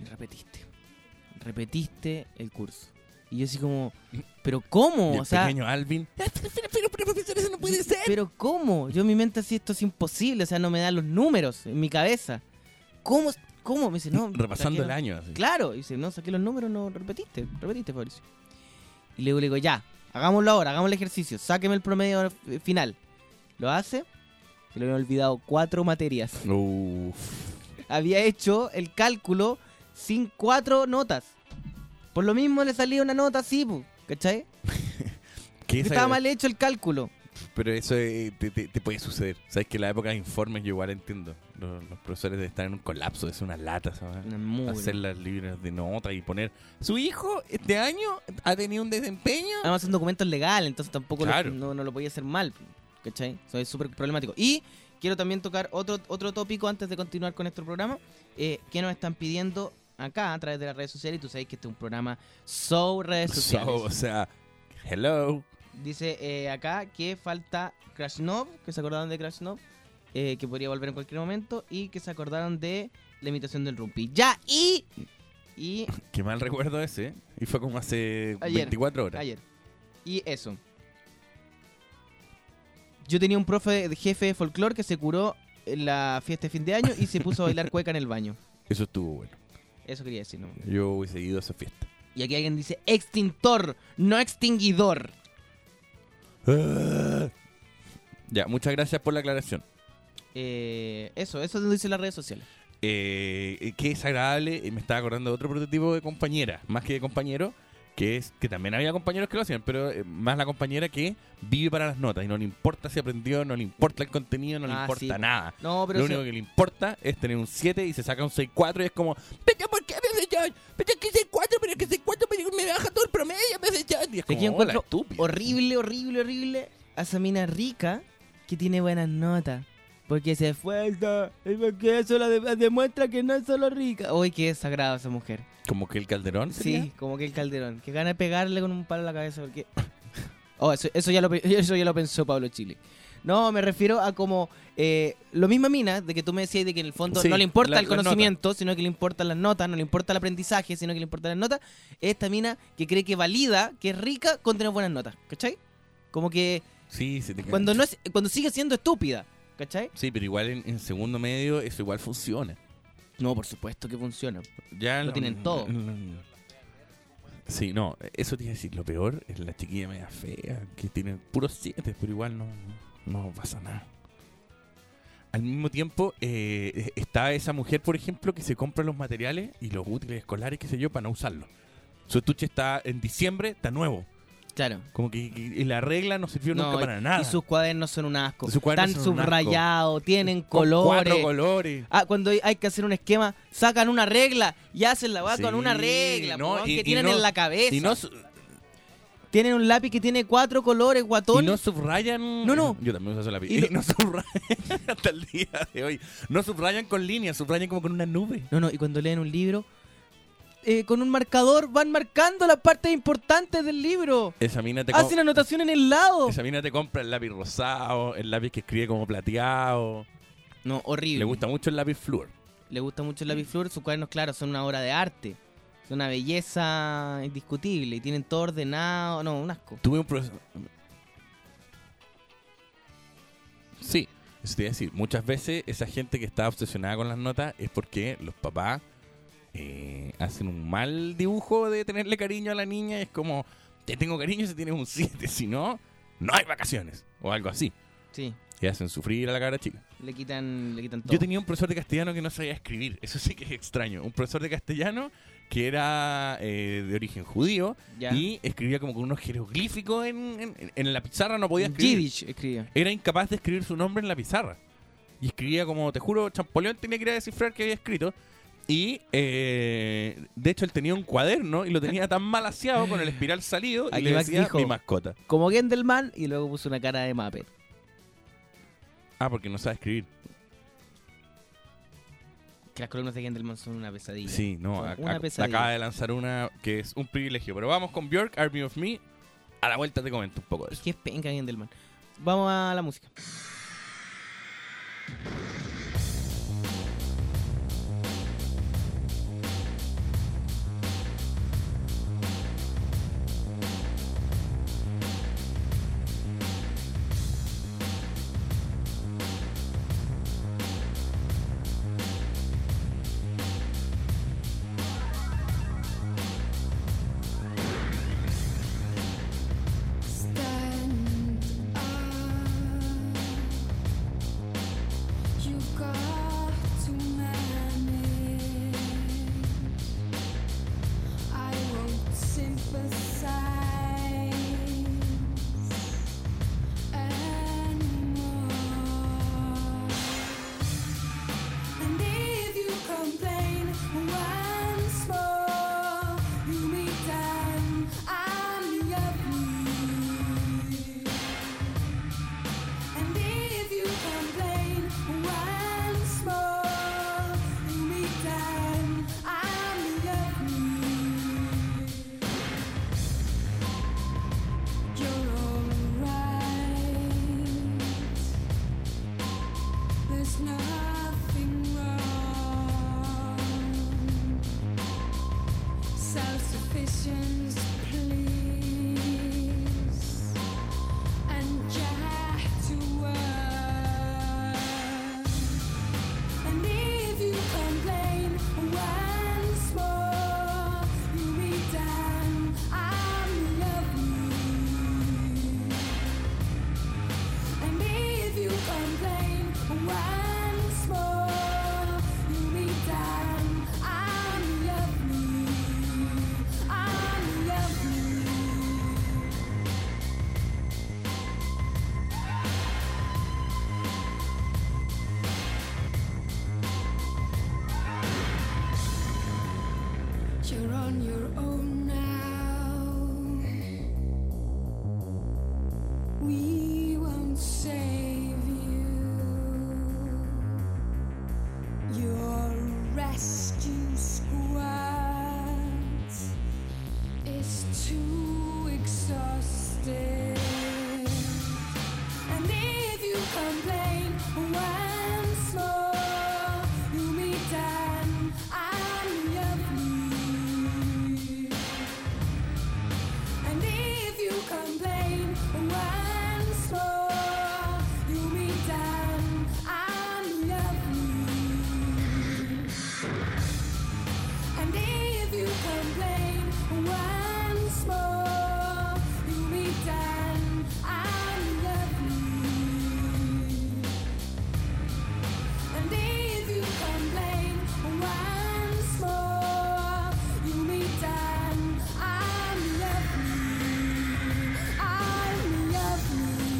repetiste el curso. Y yo así como, ¿pero cómo? Y el O sea, pequeño Alvin. Pero profesor, eso no puede ser. ¿pero cómo? Yo en mi mente así, esto es imposible, o sea, no me dan los números en mi cabeza. ¿Cómo? Me dice, no. Repasando saqué el año. Así. Claro, y dice, no, saqué los números, no, repetiste, Fabricio. Y luego le digo, ya, hagámoslo ahora, hagamos el ejercicio, sáqueme el promedio final. Lo hace, se le habían olvidado 4 materias. Uf. Había hecho el cálculo sin 4 notas. Por lo mismo le salía una nota así, ¿cachai? ¿Qué Estaba mal hecho el cálculo. Pero eso te puede suceder. Sabes que en la época de informes yo igual entiendo. Los profesores están en un colapso, es una lata, ¿sabes? Una mugre. Hacer las libras de nota y poner su hijo este año ha tenido un desempeño. Además son documentos legales, entonces tampoco Claro. no lo podía hacer mal, ¿cachai? Eso es súper problemático. Y quiero también tocar otro tópico antes de continuar con nuestro programa, que nos están pidiendo acá a través de las redes sociales, y tú sabes que este es un programa redes sociales. O sea, hello. Dice acá que falta Krasnov, que se acordaron de Krasnov, que podría volver en cualquier momento, y que se acordaron de la imitación del Rumpi. ¡Ya! Y Qué mal recuerdo ese. Y fue como hace Ayer. 24 horas. ayer. Y eso. Yo tenía un profe de jefe de folclore que se curó en la fiesta de fin de año y se puso a bailar cueca en el baño. Eso estuvo bueno. Eso quería decir, ¿no? Yo hubiese ido a esa fiesta. Y aquí alguien dice extintor, no extinguidor. Ya, muchas gracias por la aclaración. Eso lo dice las redes sociales. Qué desagradable. Me estaba acordando de otro prototipo de compañera, más que de compañero, que también había compañeros que lo hacían, pero más la compañera que vive para las notas y no le importa si aprendió, no le importa el contenido, no le importa sí. nada. No, pero Lo eso- único que le importa es tener un 7 y se saca un 6.4 y es como, pero ¿por qué profesor? Pero es que 6.4, pero es que 6.4 me baja todo el promedio, profesor. Y es Aquí como, encuentro hola, estúpido. horrible a esa mina rica que tiene buenas notas. Porque se esfuerza, y porque eso demuestra que no es solo rica. Uy, qué desagrado esa mujer. Como que el Calderón. ¿sería? Sí, como que el Calderón. Que gana de pegarle con un palo en la cabeza porque... Oh, eso ya lo pensó Pablo Chile. No, me refiero a como... lo misma mina, de que tú me decías de que en el fondo Sí, no le importa el las conocimiento, sino que le importan las notas, no le importa el aprendizaje, sino que le importan las notas. Esta mina que cree que valida, que es rica, con tener buenas notas, ¿cachai? Como que Sí, se te cae. cuando sigue siendo estúpida, ¿cachai? Sí, pero igual en segundo medio eso igual funciona. No, por supuesto que funciona. Ya Lo tienen todo. Sí, no, eso te iba a decir. Lo peor es la chiquilla media fea, que tiene puros 7, pero igual no pasa nada. Al mismo tiempo, está esa mujer, por ejemplo, que se compra los materiales y los útiles escolares, qué sé yo, para no usarlos. Su estuche está en diciembre, está nuevo. Claro. Como que la regla no sirvió nunca para nada. Y sus cuadernos son un asco. Sus cuadernos Están son un asco. subrayados, tienen Con colores. 4 colores. Ah, cuando hay que hacer un esquema, sacan una regla y hacen la weá Sí, con una regla, no, po, y- que y tienen no- en la cabeza. Y no, Tienen un lápiz que tiene 4 colores, guatón. y no subrayan. No. Yo también uso ese lápiz. Y Y no subrayan hasta el día de hoy. No subrayan con líneas, subrayan como con una nube. No, y cuando leen un libro, con un marcador van marcando las partes importantes del libro. Esa mina te Hacen anotación en el lado. Esa mina te compra el lápiz rosado, el lápiz que escribe como plateado. No, horrible. Le gusta mucho el lápiz flúor. Le gusta mucho el lápiz flúor. Sus cuadernos, claro, son una obra de arte. Son una belleza indiscutible. Y tienen todo ordenado. No, un asco. Tuve un profesor. Sí, eso te iba a decir. Muchas veces esa gente que está obsesionada con las notas es porque los papás hacen un mal dibujo de tenerle cariño a la niña. Es como, te tengo cariño si tienes un 7, si no, no hay vacaciones. O algo así. Sí, Y hacen sufrir a la cabra chica. le quitan todo. Yo tenía un profesor de castellano que no sabía escribir. Eso sí que es extraño. Un profesor de castellano que era de origen judío Ya. y escribía como con unos jeroglíficos en la pizarra. No podía escribir. Yiddish escribía. Era incapaz de escribir su nombre en la pizarra. Y escribía como, te juro, Champollion tenía que ir a descifrar que había escrito. Y de hecho él tenía un cuaderno y lo tenía tan mal aseado con el espiral salido y Aquí le Max decía dijo- mi mascota. Como Gendelman y luego puso una cara de Muppet. Ah, porque no sabe escribir. Que las columnas de Gendelman son una pesadilla. Sí, no, Son una pesadilla. acaba de lanzar una que es un privilegio. Pero vamos con Björk, Army of Me. A la vuelta te comento un poco de Es eso. que es penca Gendelman. Vamos a la música. Stand up. You've got to manage. I won't sympathize. there's nothing wrong. Self-sufficient, please, and get to work. And if you complain once more, you be damned, I'm lovely. And if you complain once more, you be damned, I'm lovely. I'm lovely. You're on your own now. We won't save you. Your rescue squad is too exhausted. And if you complain once more, you be done. I'm lovely. And if you complain once more, you be done. I'm lovely. And if you complain once more, you be done. I'm lovely. And if you complain once more, you be done. I'm lovely. I'm lovely.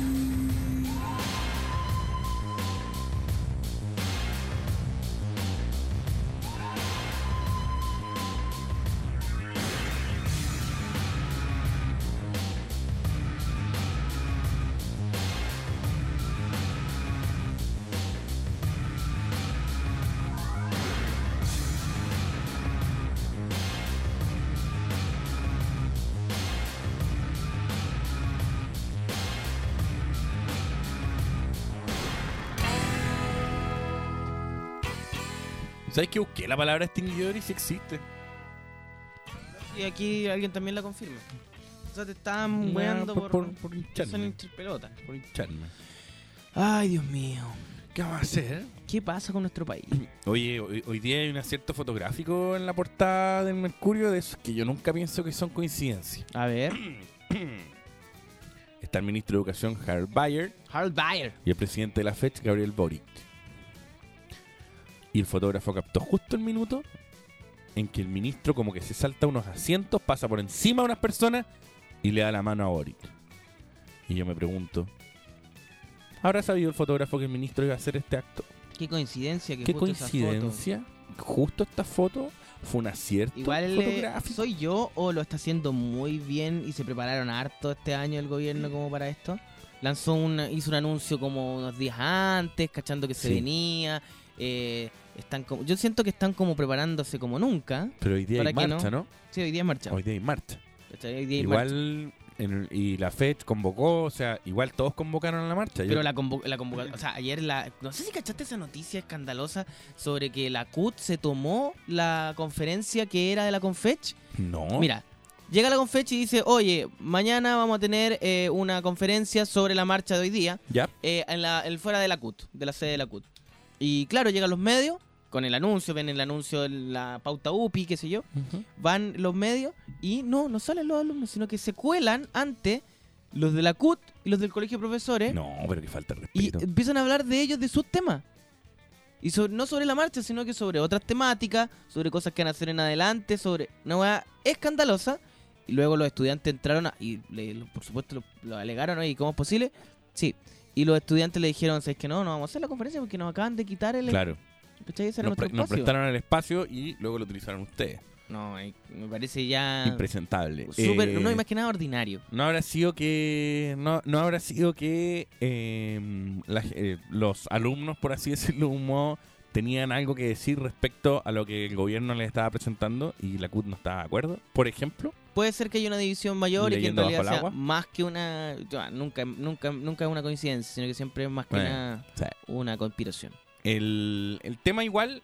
¿Sabes que busqué la palabra extinguidor y si existe? Y aquí alguien también la confirma. O sea, te estaban Ya, weando por son hincharme. hinchapelotas. Por hincharme. Ay, Dios mío. ¿Qué vamos a hacer? ¿Qué pasa con nuestro país? Oye, hoy día hay un acierto fotográfico en la portada del Mercurio de esos que yo nunca pienso que son coincidencias. A ver. Está el ministro de Educación, Harold Bayer, Harold Bayer. y el presidente de la FED, Gabriel Boric. Y el fotógrafo captó justo el minuto en que el ministro como que se salta unos asientos, pasa por encima de unas personas y le da la mano a Boric. Y yo me pregunto, ¿habrá sabido el fotógrafo que el ministro iba a hacer este acto? Qué coincidencia que ¿Qué justo esa coincidencia? Justo esta foto fue un acierto foto. Igual fotográfico. soy yo o lo está haciendo muy bien y se prepararon harto este año el gobierno como para esto. Hizo un anuncio como unos días antes, cachando que se Sí. venía. Yo siento que están como preparándose como nunca. Pero hoy día hay ¿Para qué marcha, ¿no? Sí, hoy día es marcha. Hoy día hay marcha. ¿Cachai? Hoy día hay marcha. Igual, y la FED convocó, o sea, igual todos convocaron a la marcha. Pero la convocatoria, o sea, ayer no sé si cachaste esa noticia escandalosa sobre que la CUT se tomó la conferencia que era de la Confech. No. Mira, llega la Confech y dice, oye, mañana vamos a tener una conferencia sobre la marcha de hoy día ¿Ya? fuera de la CUT, de la sede de la CUT. Y claro, llegan los medios con el anuncio, ven el anuncio de la pauta UPI, qué sé yo, van los medios y no salen los alumnos, sino que se cuelan ante los de la CUT y los del colegio de profesores. No, pero que falta de Y respeto. empiezan a hablar de ellos, de sus temas. Y no sobre la marcha, sino que sobre otras temáticas, sobre cosas que van a hacer en adelante, sobre una hueá escandalosa. Y luego los estudiantes entraron por supuesto lo alegaron, ¿no? ¿Y cómo es posible? Sí. Y los estudiantes le dijeron, ¿sabes que no vamos a hacer la conferencia porque nos acaban de quitar el... Claro. ¿Cachai? Ese era Nos, nuestro nos espacio. prestaron el espacio y luego lo utilizaron ustedes. No, me parece ya... Impresentable. No, y más que nada ordinario. No habrá sido que los alumnos, por así decirlo, de un modo, tenían algo que decir respecto a lo que el gobierno les estaba presentando y la CUT no estaba de acuerdo, por ejemplo. Puede ser que haya una división mayor y que en Leyendo realidad bajo el sea agua. más que una... Nunca es una coincidencia, sino que siempre es más que Bueno, nada sí. una conspiración. El tema igual,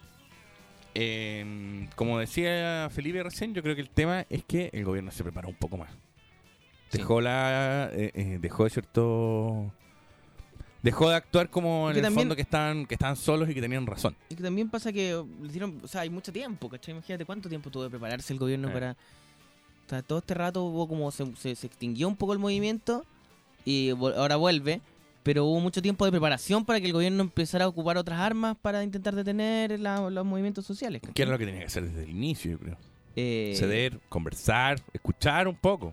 como decía Felipe recién, yo creo que el tema es que el gobierno se preparó un poco más. Sí. Dejó de actuar como Y en que el también- fondo que estaban solos y que tenían razón. Y que también pasa que le dieron, o sea, hay mucho tiempo, ¿cachai? Imagínate cuánto tiempo tuvo de prepararse el gobierno para... O sea, todo este rato hubo como se extinguió un poco el movimiento y ahora vuelve, pero hubo mucho tiempo de preparación para que el gobierno empezara a ocupar otras armas para intentar detener los movimientos sociales. ¿cachai? Que era lo que tenía que hacer desde el inicio, yo creo. Eh, Ceder, conversar, escuchar un poco.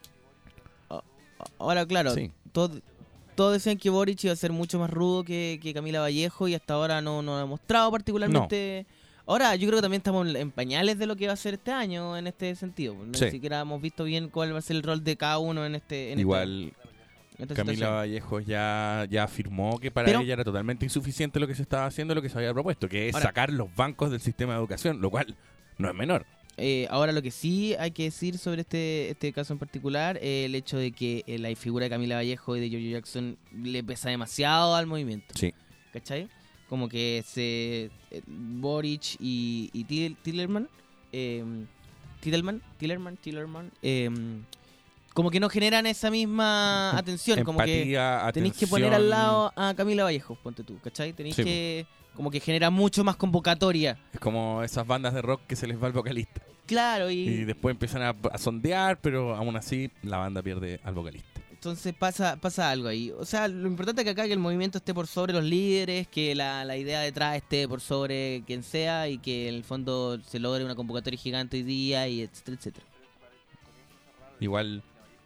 Ahora, claro, Sí. todos decían que Boric iba a ser mucho más rudo que Camila Vallejo y hasta ahora no ha mostrado particularmente... Ahora, yo creo que también estamos en pañales de lo que va a ser este año en este sentido. No Sí. Ni siquiera hemos visto bien cuál va a ser el rol de cada uno en Igual esta Camila situación. Vallejo ya afirmó que para Pero- ella era totalmente insuficiente lo que se estaba haciendo, lo que se había propuesto, que es Ahora- sacar los bancos del sistema de educación, lo cual no es menor. Ahora, lo que sí hay que decir sobre este caso en particular, el hecho de que la figura de Camila Vallejo y de Giorgio Jackson le pesa demasiado al movimiento. Sí. ¿Cachai? Como que Boric y Tillerman, como que no generan esa misma atención. Como que Empatía, tenéis que atención. poner al lado a Camila Vallejo, ponte tú, ¿cachai? Tenéis Sí, que... Como que genera mucho más convocatoria. Es como esas bandas de rock que se les va el vocalista. Claro, Y después empiezan a sondear, pero aún así la banda pierde al vocalista. Entonces pasa algo ahí. O sea, lo importante es que acá que el movimiento esté por sobre los líderes, que la idea detrás esté por sobre quien sea y que en el fondo se logre una convocatoria gigante hoy día y etcétera, etcétera. Igual,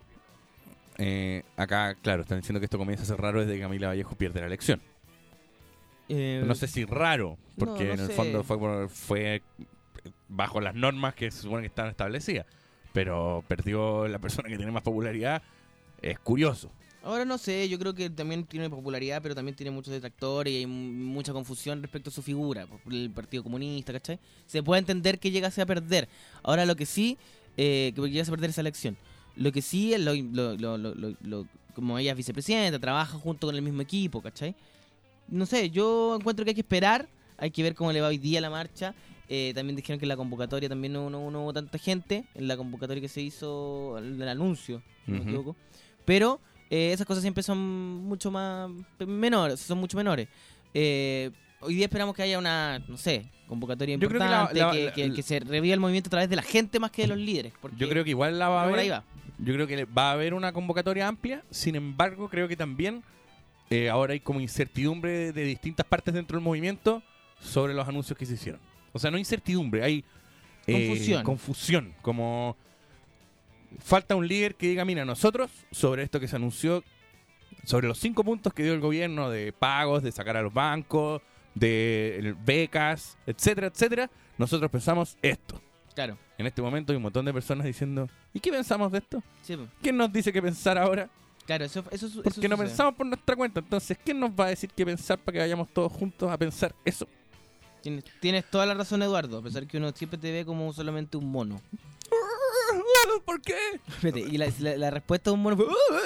acá, claro, están diciendo que esto comienza a ser raro desde que Camila Vallejo pierde la elección. No sé si raro, porque no en el sé. fondo fue bajo las normas que se supone que están establecidas. Pero perdió la persona que tiene más popularidad. Es curioso. Ahora no sé, yo creo que también tiene popularidad, pero también tiene muchos detractores y hay mucha confusión respecto a su figura, por el Partido Comunista, ¿cachai? Se puede entender que llegase a perder. Ahora lo que sí, que llegase a perder esa elección. Lo que sí es como ella es vicepresidenta, trabaja junto con el mismo equipo, ¿cachai? No sé, yo encuentro que hay que esperar, hay que ver cómo le va hoy día la marcha. También dijeron que en la convocatoria también no hubo tanta gente, en la convocatoria que se hizo, el anuncio, si no me Ujú. equivoco. Pero esas cosas siempre son mucho más menores, son mucho menores. Hoy día esperamos que haya una, no sé, convocatoria Yo creo que importante, que se reviva el movimiento a través de la gente más que de los líderes. Porque Yo creo que igual la va a por ahí haber. va. Yo creo que va a haber una convocatoria amplia. Sin embargo, creo que también ahora hay como incertidumbre de distintas partes dentro del movimiento sobre los anuncios que se hicieron. O sea, no incertidumbre, hay confusión. Como falta un líder que diga, mira, nosotros sobre esto que se anunció, sobre los 5 puntos que dio el gobierno de pagos, de sacar a los bancos, de becas, etcétera, etcétera, nosotros pensamos esto. Claro. En este momento hay un montón de personas diciendo, ¿y qué pensamos de esto? Sí, pues. ¿Quién nos dice qué pensar ahora? Claro, eso Porque no sucede. pensamos por nuestra cuenta. Entonces, ¿quién nos va a decir qué pensar para que vayamos todos juntos a pensar eso? Tienes toda la razón, Eduardo, a pesar que uno siempre te ve como solamente un mono. ¿Por qué? Espérate, y la respuesta de un mono fue...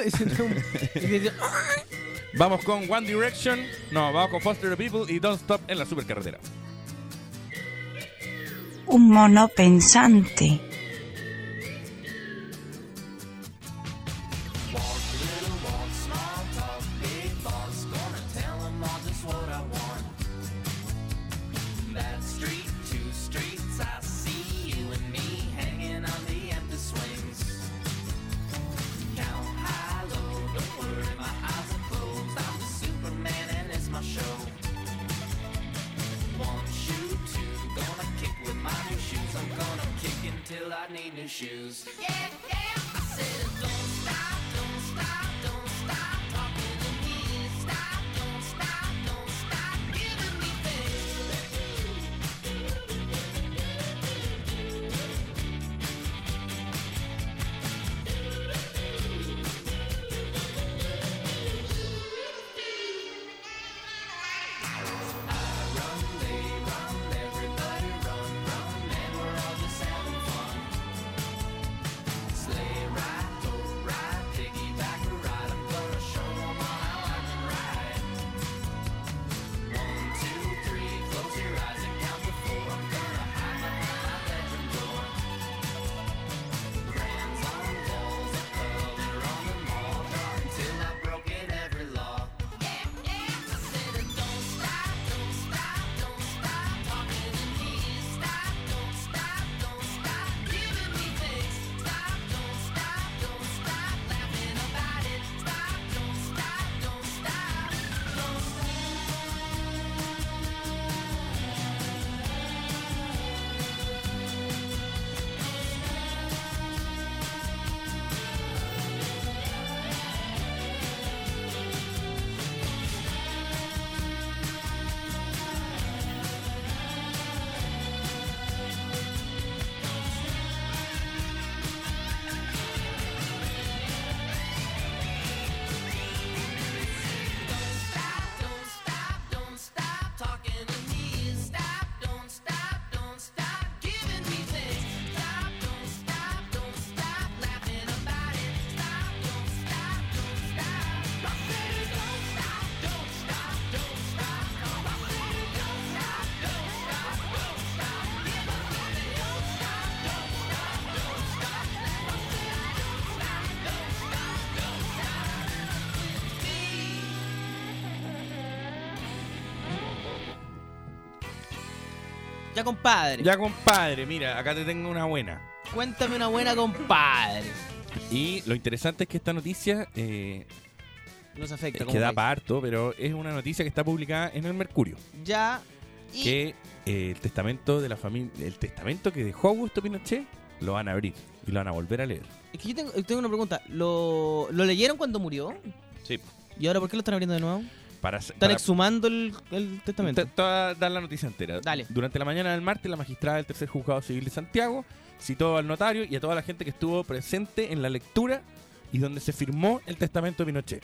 Vamos con One Direction. No, vamos con Foster the People y Don't Stop en la supercarretera. Un mono pensante. Till I need new shoes. Yeah, yeah. I said, don't stop, don't stop, don't stop talking to me. Stop, don't stop giving me Ya, compadre. Ya, compadre, mira, acá te tengo una buena. Cuéntame una buena, compadre. Y lo interesante es que esta noticia Nos afecta. es como que da país. parto, pero es una noticia que está publicada en el Mercurio. Ya. Y Que el testamento de la familia, el testamento que dejó Augusto Pinochet, lo van a abrir y lo van a volver a leer. es que yo tengo una pregunta. ¿Lo leyeron cuando murió? Sí. ¿Y ahora por qué lo están abriendo de nuevo? Están Para exhumando el testamento. te voy a dar la noticia entera. Dale. Durante la mañana del martes, la magistrada del tercer juzgado civil de Santiago citó al notario y a toda la gente que estuvo presente en la lectura y donde se firmó el testamento de Pinochet.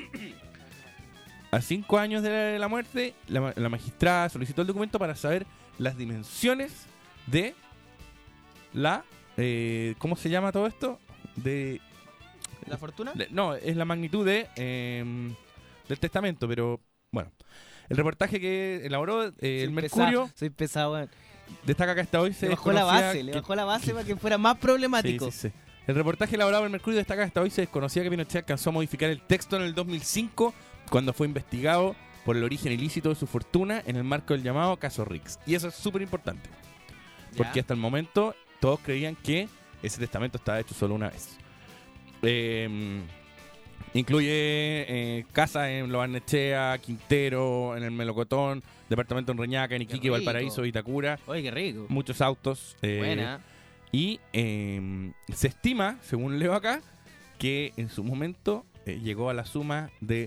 A 5 años de la muerte, la magistrada solicitó el documento para saber las dimensiones de la... ¿cómo se llama todo esto? ¿La fortuna? No, es la magnitud de del testamento, pero bueno. El reportaje que elaboró el Mercurio Soy pesado, weón. destaca que hasta hoy se Le bajó la desconocía base, le que- bajó la base para que fuera más problemático. Sí. El reportaje elaborado por el Mercurio destaca que hasta hoy se desconocía que Pinochet alcanzó a modificar el texto en el 2005 cuando fue investigado por el origen ilícito de su fortuna en el marco del llamado caso Rix. Y eso es súper importante. Porque hasta el momento todos creían que ese testamento estaba hecho solo una vez. Incluye casa en Lo Barnechea, Quintero, en el Melocotón, departamento en Reñaca, en Iquique, rico. Valparaíso, Vitacura. Oye, qué rico. Muchos autos. Buena. Y se estima, según leo acá, que en su momento llegó a la suma de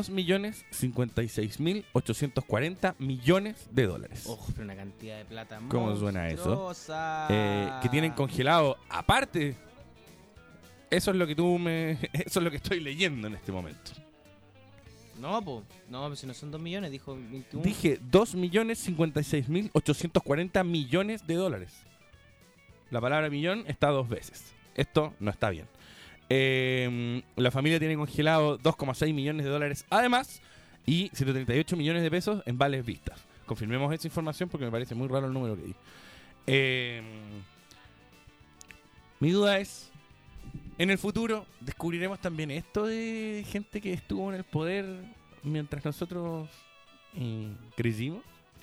2.056.840 millones de dólares. Ojo, pero una cantidad de plata. ¿Cómo suena eso? monstruosa. Que tienen congelado aparte. Eso es lo que eso es lo que estoy leyendo en este momento. No, pues si no son 2 millones, dijo 21. Dije 2.056.840 millones de dólares. La palabra millón está 2 veces. Esto no está bien. La familia tiene congelado 2,6 millones de dólares además y 138 millones de pesos en vales vistas. Confirmemos esa información porque me parece muy raro el número que di. Mi duda es, ¿en el futuro descubriremos también esto de gente que estuvo en el poder mientras nosotros crecimos?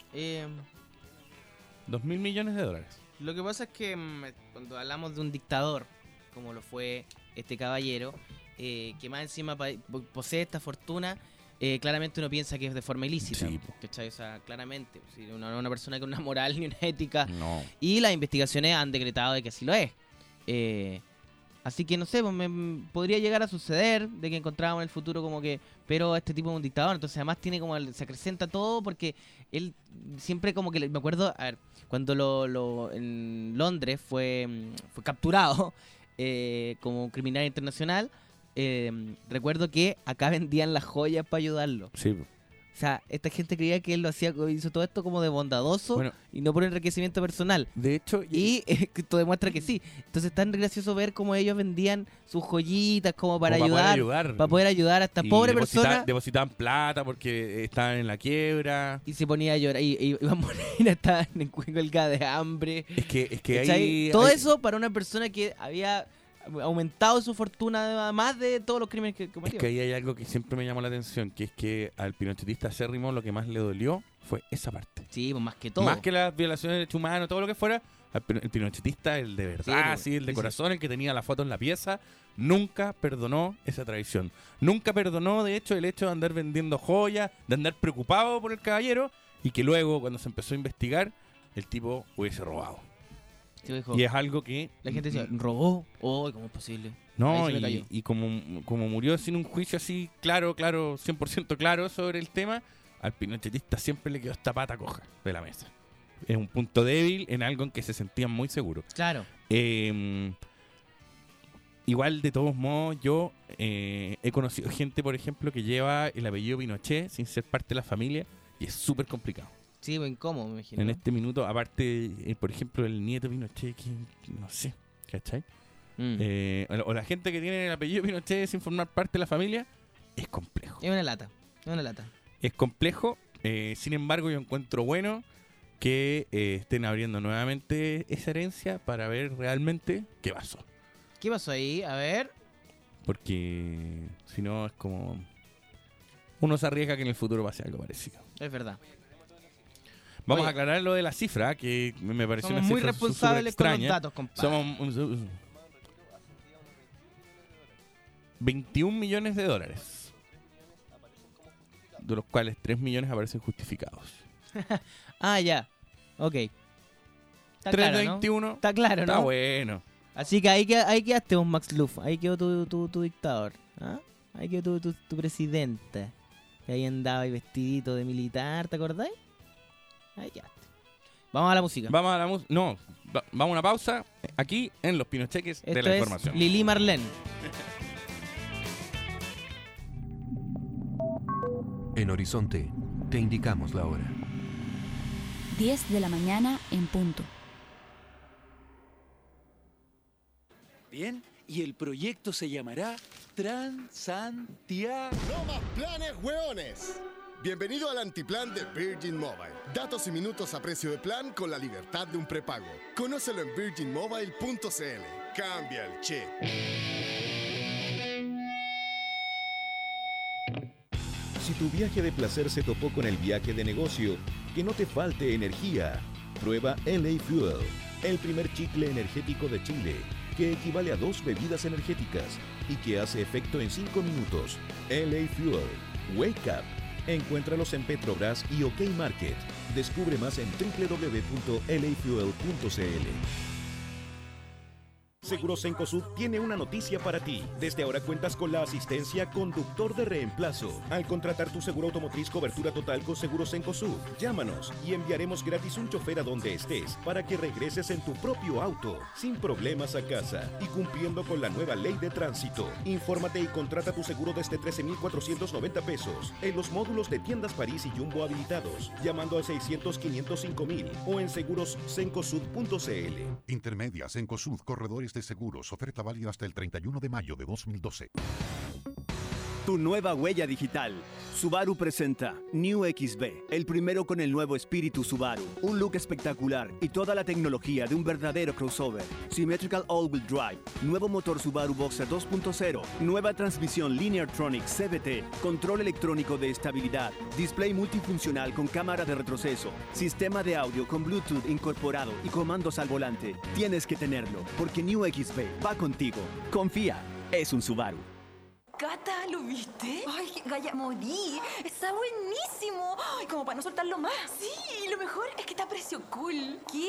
2.000 millones de dólares. Lo que pasa es que cuando hablamos de un dictador, como lo fue este caballero, que más encima posee esta fortuna, claramente uno piensa que es de forma ilícita. Sí. ¿Cachai? O sea, claramente. Si una persona con una moral ni una ética. No. Y las investigaciones han decretado de que así lo es. Así que no sé, pues, podría llegar a suceder de que encontrábamos en el futuro como que, pero este tipo es un dictador, entonces además tiene como se acrecenta todo porque él siempre como que me acuerdo, a ver, cuando en Londres fue capturado como criminal internacional, recuerdo que acá vendían las joyas para ayudarlo. Sí. O sea, esta gente creía que él hizo todo esto como de bondadoso Bueno, y no por enriquecimiento personal. de hecho, Y esto demuestra que sí. Entonces es tan gracioso ver cómo ellos vendían sus joyitas como para como ayudar. Para poder ayudar a esta Y pobre persona. Depositaban plata porque estaban en la quiebra. Y se ponía a llorar. Y Iván Moreira estaba en huelga de hambre. Es que ¿Cachai? ahí... Todo hay- eso para una persona que había aumentado su fortuna además de todos los crímenes que cometió. Es que ahí hay algo que siempre me llamó la atención, que es que al pinochetista acérrimo lo que más le dolió fue esa parte. Sí, pues más que todo. Más que las violaciones de derechos humanos, todo lo que fuera, el pinochetista, el de verdad, Sí, sí, el de sí, corazón, el que tenía la foto en la pieza, nunca perdonó esa traición. Nunca perdonó, de hecho, el hecho de andar vendiendo joyas, de andar preocupado por el caballero, y que luego, cuando se empezó a investigar, el tipo hubiese robado. Sí, dijo, Y es algo que... la gente decía, ¿robó? Oh, ¿cómo es posible? No, Ahí se le cayó. y como murió sin un juicio así claro, 100% claro sobre el tema, al pinochetista siempre le quedó esta pata coja de la mesa. Es un punto débil en algo en que se sentían muy seguros. Claro. Igual, de todos modos, yo he conocido gente, por ejemplo, que lleva el apellido Pinochet sin ser parte de la familia y es súper complicado. Sí, pues incómodo, me imagino. En este minuto, aparte, por ejemplo, el nieto Pinochet, que no sé, ¿cachai? O la gente que tiene el apellido Pinochet sin formar parte de la familia, es complejo. Es una lata, es una lata. Es complejo, sin embargo yo encuentro bueno que estén abriendo nuevamente esa herencia para ver realmente qué pasó. ¿Qué pasó ahí? A ver. Porque si no es como... Uno se arriesga que en el futuro pase algo parecido. Es verdad. Vamos Oye. a aclarar lo de la cifra, que me pareció Somos una muy cifra responsables súper con los extraña. datos, compadre. Somos 21 millones de dólares, de los cuales 3 millones aparecen justificados. Ah, ya. Ok. Está claro, ¿no? 3.21. Está claro, ¿no? Está bueno. Así que ahí quedaste vos, Max Luff. Ahí quedó tu dictador. ¿Ah? Ahí quedó tu presidente. Que ahí andaba ahí vestidito de militar, ¿te acordáis? Ahí quedaste. Vamos a la música. Vamos a la música. No, vamos a una pausa aquí en los Pinocheques de Esto la es información. Lili Marlene. En Horizonte, te indicamos la hora. 10 de la mañana en punto. Bien, y el proyecto se llamará Transantiago. ¡No más planes, hueones! Bienvenido al antiplan de Virgin Mobile. Datos y minutos a precio de plan con la libertad de un prepago. Conócelo en virginmobile.cl. Cambia el chip. Si tu viaje de placer se topó con el viaje de negocio, que no te falte energía. Prueba LA Fuel, el primer chicle energético de Chile, que equivale a 2 bebidas energéticas y que hace efecto en 5 minutos. LA Fuel, Wake Up. Encuéntralos en Petrobras y OK Market. Descubre más en www.lafuel.cl. Seguros Cencosud tiene una noticia para ti. Desde ahora cuentas con la asistencia conductor de reemplazo. Al contratar tu seguro automotriz cobertura total con Seguros Cencosud, llámanos y enviaremos gratis un chofer a donde estés para que regreses en tu propio auto, sin problemas a casa y cumpliendo con la nueva ley de tránsito. Infórmate y contrata tu seguro desde 13,490 pesos en los módulos de Tiendas París y Jumbo habilitados, llamando al 600-505,000 o en seguroscencosud.cl. Intermedia, Cencosud, corredores de seguros. Oferta válida hasta el 31 de mayo de 2012. Tu nueva huella digital. Subaru presenta New XB, el primero con el nuevo espíritu Subaru. Un look espectacular y toda la tecnología de un verdadero crossover. Symmetrical All-Wheel Drive, nuevo motor Subaru Boxer 2.0, nueva transmisión Lineartronic CVT, control electrónico de estabilidad, display multifuncional con cámara de retroceso, sistema de audio con Bluetooth incorporado y comandos al volante. Tienes que tenerlo, porque New XB va contigo. Confía, es un Subaru. Cata, ¿lo viste? Ay, Gaya, morí. Está buenísimo. Ay, como para no soltarlo más. Sí, lo mejor es que está a precio cool. ¿Qué?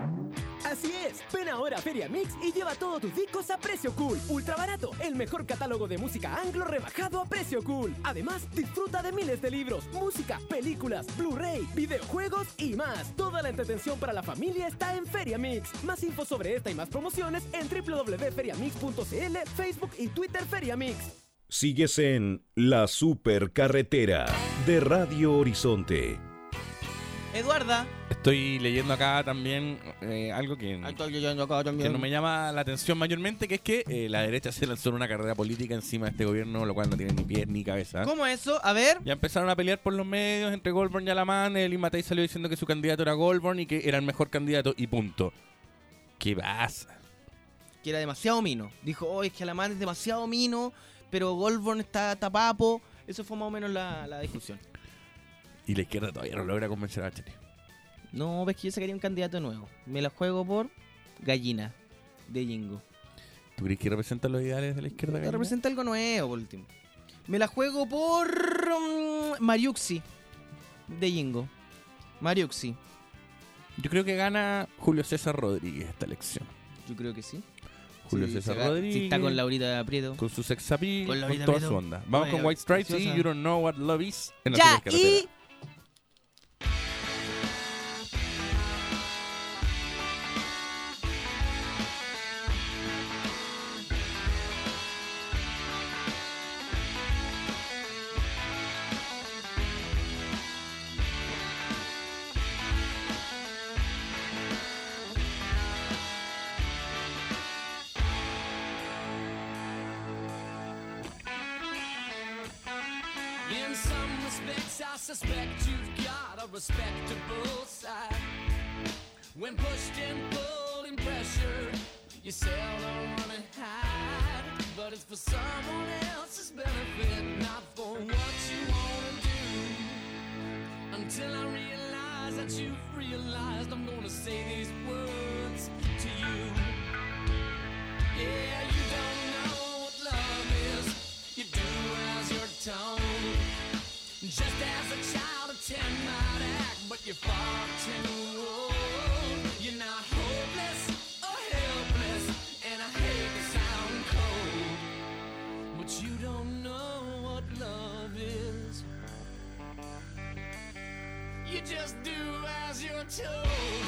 Así es, ven ahora a Feria Mix y lleva todos tus discos a precio cool. Ultra barato, el mejor catálogo de música anglo rebajado a precio cool. Además, disfruta de miles de libros, música, películas, Blu-ray, videojuegos y más. Toda la entretención para la familia está en Feria Mix. Más info sobre esta y más promociones en www.feriamix.cl, Facebook y Twitter Feria Mix. Sigues en La Supercarretera de Radio Horizonte. Eduarda. Estoy leyendo acá también algo que no me llama la atención mayormente, que es que la derecha se lanzó en una carrera política encima de este gobierno, lo cual no tiene ni pies ni cabeza. ¿Cómo eso? A ver. Ya empezaron a pelear por los medios entre Goldborn y Alamán. Elin Matei salió diciendo que su candidato era Goldborn y que era el mejor candidato y punto. ¿Qué pasa? Que era demasiado mino. Dijo, oh, es que Alamán es demasiado mino, pero Goldborn está tapapo. Eso fue más o menos la discusión. Y la izquierda todavía no logra convencer a Bachelet. No, ves que yo sacaría un candidato nuevo. Me la juego por Gallina, de Jingo. ¿Tú crees que representa los ideales de la izquierda? Gallina? Representa algo nuevo, por último. Me la juego por Mariuxi, de Jingo. Mariuxi. Yo creo que gana Julio César Rodríguez esta elección. Yo creo que sí. Julio César Rodríguez. Si está con Laurita Prieto. Con su sex appeal, con toda Prieto. su onda. Vamos Bueno, con White Stripes y preciosa. You Don't Know What Love Is en la Ya, Supercarretera. y... In some respects, I suspect you've got a respectable side. When pushed and pulled and pressured, you seldom wanna hide. But it's for someone else's benefit, not for what you wanna do. Until I realize that you've realized I'm gonna say these words to you. Yeah, you don't know what love is. You do as you're told. Just as a child of 10 might act, but you're far too old. You're not hopeless or helpless, and I hate to sound cold, but you don't know what love is. You just do as you're told.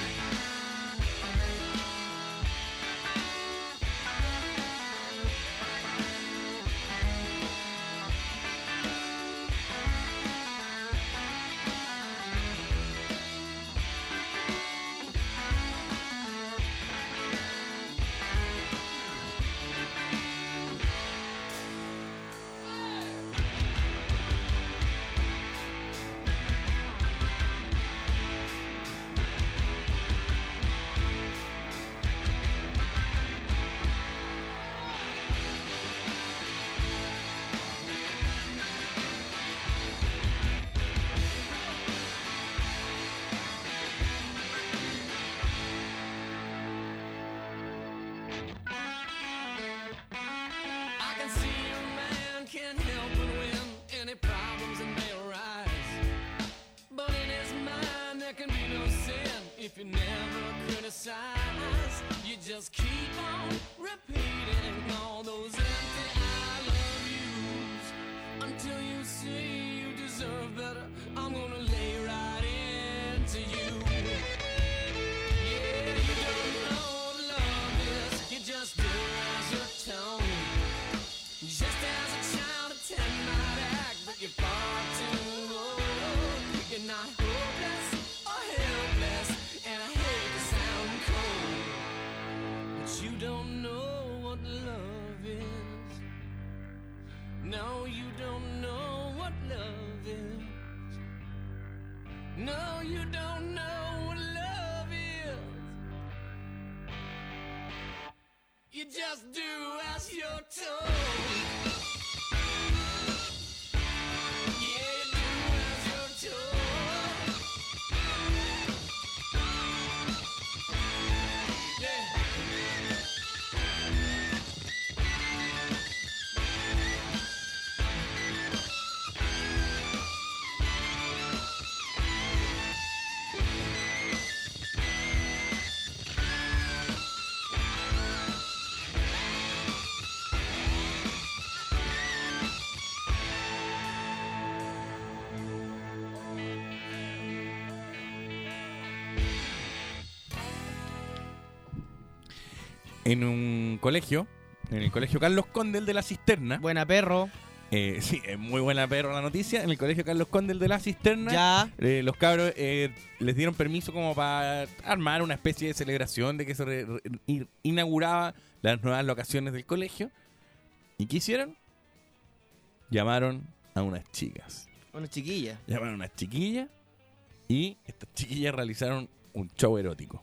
I can see a man can't help but win any problems that may arise. But in his mind there can be no sin if you never criticize. You just keep on repeating all those empty I love yous until you see you deserve better. I'm gonna lay right into you. Yeah, you don't know what love is. You just do as you're told. Just as a child of 10 might act, but you're far too old. You're not hopeless or helpless, and I hate to sound cold, but you don't know what love is. No, you don't know what love is. No, you don't know what love is. You just do as you're told. Yeah, you do as you're told. Yeah. En un colegio, en el colegio Carlos Conde, el de la Cisterna. Buena, perro. Sí, es muy buena, perro, la noticia. En el colegio Carlos Conde, el de la Cisterna, Ya. Los cabros les dieron permiso como para armar una especie de celebración de que se inauguraba las nuevas locaciones del colegio. ¿Y qué hicieron? Llamaron a unas chicas. Una chiquilla. Llamaron a unas chiquillas y estas chiquillas realizaron un show erótico.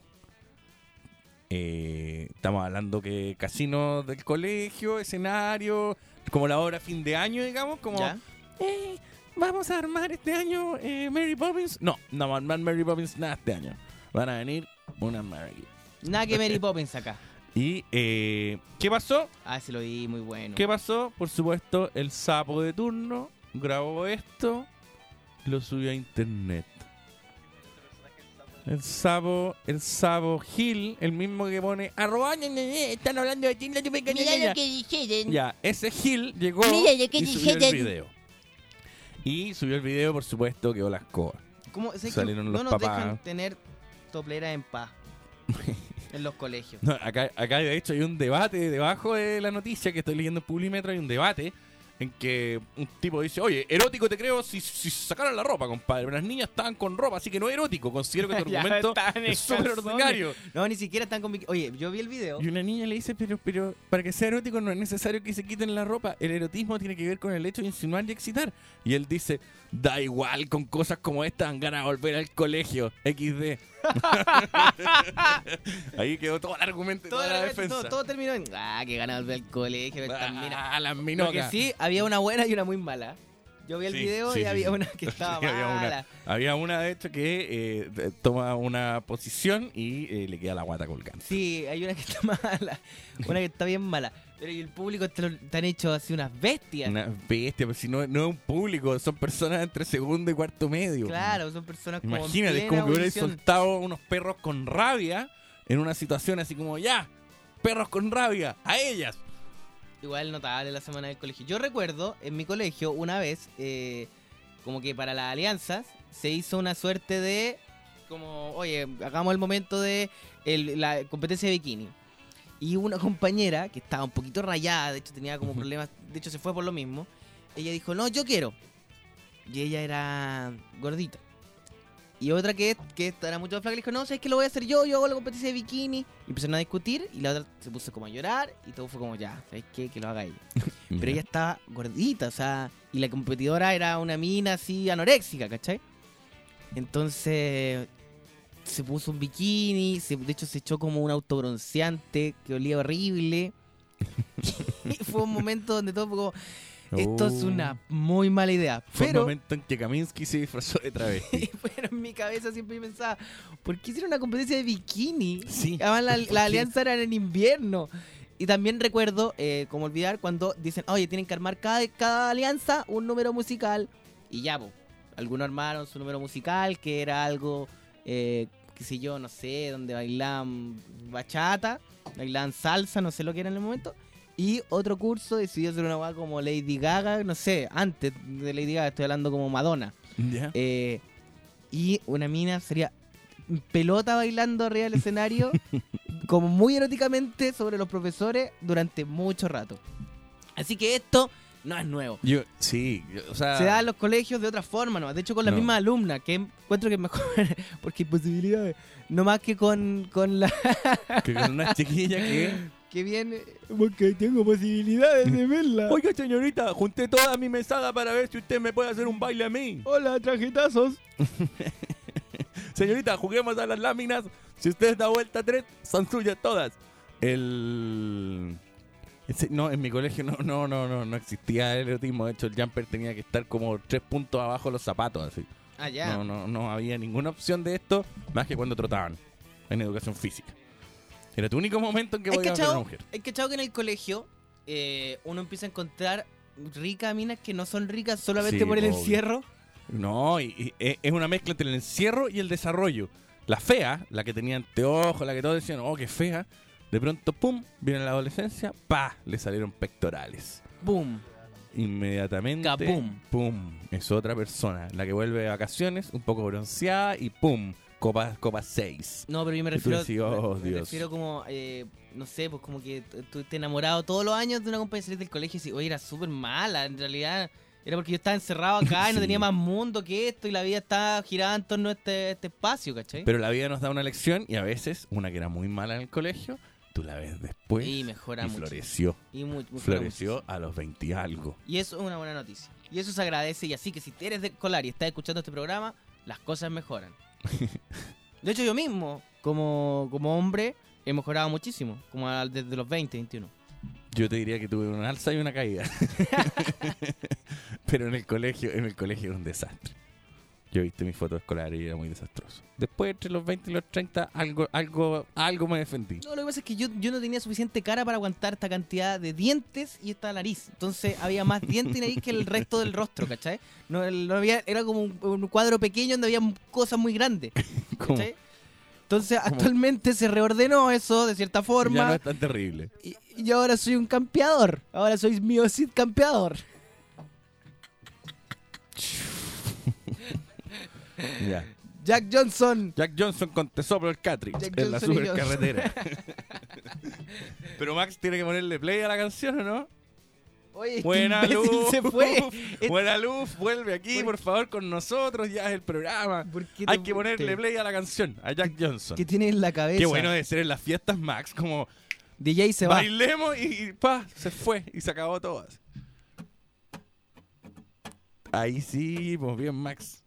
Estamos hablando que casino del colegio, escenario, como la hora fin de año, digamos, como vamos a armar este año Mary Poppins. No va a armar Mary Poppins nada este año. Van a venir unas Mary. Nada que Mary Poppins acá. ¿Y qué pasó? Ah, se lo vi, muy bueno. ¿Qué pasó? Por supuesto, el sapo de turno grabó esto, lo subió a internet. El sapo Gil, el mismo que pone arroba, están hablando de ti, Mira lo que dijeron. ya, ese Gil llegó Mira lo que y subió el dijeron. video. Y subió el video, por supuesto, quedó la escoba. ¿Cómo? ¿Sabes que Salieron no los nos papás. dejan tener toplera en paz en los colegios? No, acá de hecho hay un debate debajo de la noticia que estoy leyendo en Publimetro. Hay un debate en que un tipo dice: oye, erótico te creo si sacaran la ropa, compadre. Pero las niñas estaban con ropa, así que no es erótico. Considero que tu Ya argumento estaban en es súper calzones. ordinario. No, ni siquiera están con... Oye, yo vi el video. Y una niña le dice: pero para que sea erótico no es necesario que se quiten la ropa. El erotismo tiene que ver con el hecho de insinuar y excitar. Y él dice: da igual, con cosas como estas dan ganas de volver al colegio. XD. Ahí quedó todo el argumento, toda la defensa. Todo terminó en... Ah, que ganas de volver al colegio. Las Porque minocas. sí, había una buena y una muy mala. Yo vi el Sí, video sí, y sí, había sí. una que estaba Sí, mala. había una, de hecho, que toma una posición y le queda la guata colgando. Sí, hay una que está mala, una que está bien mala. Pero y el público están hechos así unas bestias. Una bestia, pero si no es un público, son personas entre segundo y cuarto medio. Claro, son personas como Imagínate, es en como plena que hubierais audición. soltado unos perros con rabia en una situación así como, ya, perros con rabia, a ellas. Igual notable la semana del colegio. Yo recuerdo en mi colegio una vez, como que para las alianzas se hizo una suerte de, como, oye, hagamos el momento de la competencia de bikini. Y una compañera que estaba un poquito rayada, de hecho tenía como problemas, de hecho se fue por lo mismo. Ella dijo, no, yo quiero. Y ella era gordita. Y otra que era mucho más flaca le dijo, no, ¿sabes qué lo voy a hacer yo? Yo hago la competencia de bikini. Y empezaron a discutir y la otra se puso como a llorar y todo fue como, ya, ¿sabes qué? Que lo haga ella. Pero ella estaba gordita, o sea, y la competidora era una mina así anoréxica, ¿cachai? Entonces se puso un bikini, de hecho se echó como un autobronceante que olía horrible. Y fue un momento donde todo fue como, esto es una muy mala idea. Fue Pero un momento en que Kaminsky se disfrazó de travesti. pero en mi cabeza siempre yo pensaba, ¿por qué hicieron una competencia de bikini? Sí. Además, la alianza era en invierno. Y también recuerdo, como olvidar, cuando dicen, oye, tienen que armar cada alianza un número musical. Y ya, pues, algunos armaron su número musical, que era algo, qué sé yo, no sé, donde bailaban bachata, bailaban salsa, no sé lo que era en el momento. Y otro curso decidió hacer una guay como Lady Gaga, no sé, antes de Lady Gaga, estoy hablando como Madonna. Ya. Y una mina sería pelota bailando arriba del escenario, como muy eróticamente sobre los profesores durante mucho rato. Así que esto no es nuevo. O sea... Se da en los colegios de otra forma, ¿no? De hecho, con las No. mismas alumnas, que encuentro que es mejor, porque hay posibilidades. No más que con la... Que con una chiquilla que... que viene, porque tengo posibilidades de verla. Oiga, señorita, junté toda mi mesada para ver si usted me puede hacer un baile a mí. Hola, trajetazos. Señorita, juguemos a las láminas. Si usted da vuelta 3, son suyas todas. No, en mi colegio no existía el erotismo. De hecho, el jumper tenía que estar como 3 puntos abajo de los zapatos, así. Ah, ya. No había ninguna opción de esto, más que cuando trotaban en educación física. Era tu único momento en que podías ver a una mujer. ¿Has cachado que en el colegio uno empieza a encontrar ricas minas que no son ricas solamente Sí, por el obvio. encierro? No, y es una mezcla entre el encierro y el desarrollo. La fea, la que tenía anteojos, la que todos decían, oh, qué fea. De pronto, pum, viene la adolescencia, pa, le salieron pectorales. Boom. Inmediatamente, Kabum. pum, es otra persona. La que vuelve de vacaciones, un poco bronceada y pum, copa 6. No, pero yo me Y tú refiero, decís, oh, me Dios. refiero como, no sé, pues como que tú te enamorado todos los años de una compañera del colegio y decís, oye, era súper mala, en realidad era porque yo estaba encerrado acá y no Sí. tenía más mundo que esto y la vida estaba girada en torno a este espacio, ¿cachai? Pero la vida nos da una lección y a veces, una que era muy mala en el colegio, tú la ves después Y mejora mucho. floreció. Y mejora Floreció muchísimo. a los 20 y algo. Y eso es una buena noticia. Y eso se agradece. Y así que si eres de escolar y estás escuchando este programa, las cosas mejoran. De hecho, yo mismo, como hombre, he mejorado muchísimo. Como desde los 20, 21. Yo te diría que tuve una alza y una caída. Pero en el colegio era un desastre. Yo viste mis fotos escolares y era muy desastroso. Después, entre los 20 y los 30, algo me defendí. No, lo que pasa es que yo no tenía suficiente cara para aguantar esta cantidad de dientes y esta nariz. Entonces había más dientes y nariz que el resto del rostro, ¿cachai? No había, era como un cuadro pequeño donde había cosas muy grandes. ¿Cómo? ¿Cachai? Entonces actualmente se reordenó eso de cierta forma. Ya no es tan terrible. Y ahora soy un campeador. Ahora soy Miocid campeador. Ya. Jack Johnson. Jack Johnson con Te soplo el cartridge Jack en la Johnson y supercarretera. Pero Max tiene que ponerle play a la canción, ¿o no? Oye, este Buena imbécil luz. se fue. Buena luz, vuelve aquí, por favor, con nosotros. Ya es el programa. qué Hay te que ponerle fuiste? play a la canción, a Jack Johnson. ¿Qué tiene en la cabeza? Qué bueno de ser en las fiestas, Max, como DJ se va. bailemos y pa, se fue y se acabó todas. Ahí sí, pues bien, Max.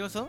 pasó?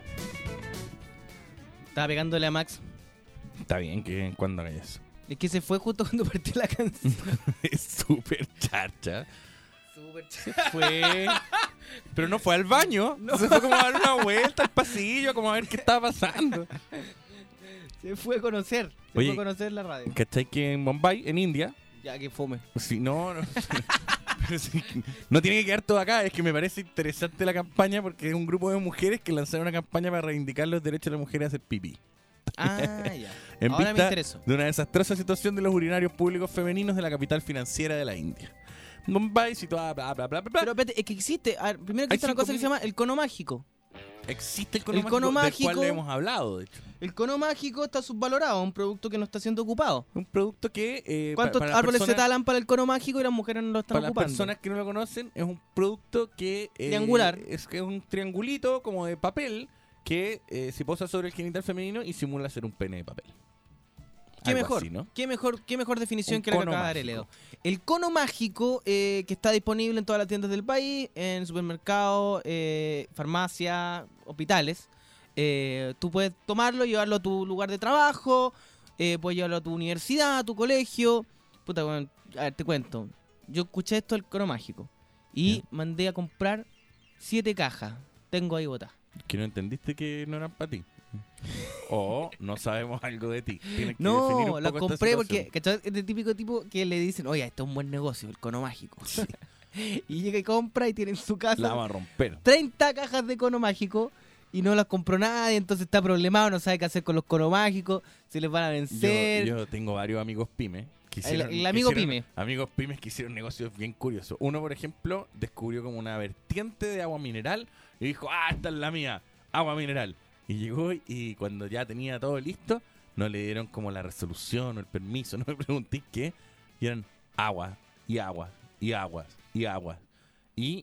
Estaba pegándole a Max. Está bien que cuando haga eso. Es que se fue justo cuando partió la canción. Es súper charcha. Súper Se fue. Pero no fue al baño. Se fue como a dar una vuelta al pasillo, como a ver qué estaba pasando. Se fue a conocer. Oye, fue a conocer la radio. ¿Cachai que en Bombay, en India? Ya que fome. Sí, no. Pero sí, no tiene que quedar todo acá. Es que me parece interesante la campaña porque es un grupo de mujeres que lanzaron una campaña para reivindicar los derechos de las mujeres a hacer pipí. Ah, ya. En Ahora me vista interesó. de una desastrosa situación de los urinarios públicos femeninos de la capital financiera de la India. Bombay, situada, bla, bla, bla, bla, bla. Pero espérate, es que existe. A ver, primero existe Hay una cosa que 5.000. se llama el cono mágico. Existe el El cono, cono mágico, del cual mágico- le hemos hablado, de hecho. El cono mágico está subvalorado, un producto que no está siendo ocupado. Un producto que... ¿Cuántos para las árboles se personas- talan para el cono mágico y las mujeres no lo están Para las ocupando? personas que no lo conocen, es un producto que... Triangular. Es que es un triangulito como de papel que se posa sobre el genital femenino y simula ser un pene de papel. ¿Qué Algo mejor? así, ¿no? ¿Qué mejor definición Un que la que cono acaba de dar mágico. Leo? El cono mágico que está disponible en todas las tiendas del país, en supermercados, farmacias, hospitales. Tú puedes tomarlo, llevarlo a tu lugar de trabajo, puedes llevarlo a tu universidad, a tu colegio. Puta, bueno, a ver, te cuento. Yo escuché esto del cono mágico y mandé a comprar 7 cajas. Tengo ahí botadas. Que no entendiste que no eran para ti. O no sabemos algo de ti. Tienes que definir No, un las poco esta compré porque, situación. ¿cachai? Es el típico tipo que le dicen, oye, esto es un buen negocio, el cono mágico. Y llega y compra y tiene en su casa La vamos a romper. 30 cajas de cono mágico y no las compró nadie, entonces está problemado, no sabe qué hacer con los cono mágicos, se les van a vencer. Yo tengo varios amigos pymes. Que El amigo pyme. Amigos pymes que hicieron negocios bien curiosos. Uno, por ejemplo, descubrió como una vertiente de agua mineral y dijo, esta es la mía, agua mineral. Y llegó y cuando ya tenía todo listo, no le dieron como la resolución o el permiso, no me pregunté qué. Y eran agua, y agua, y aguas, y aguas. Y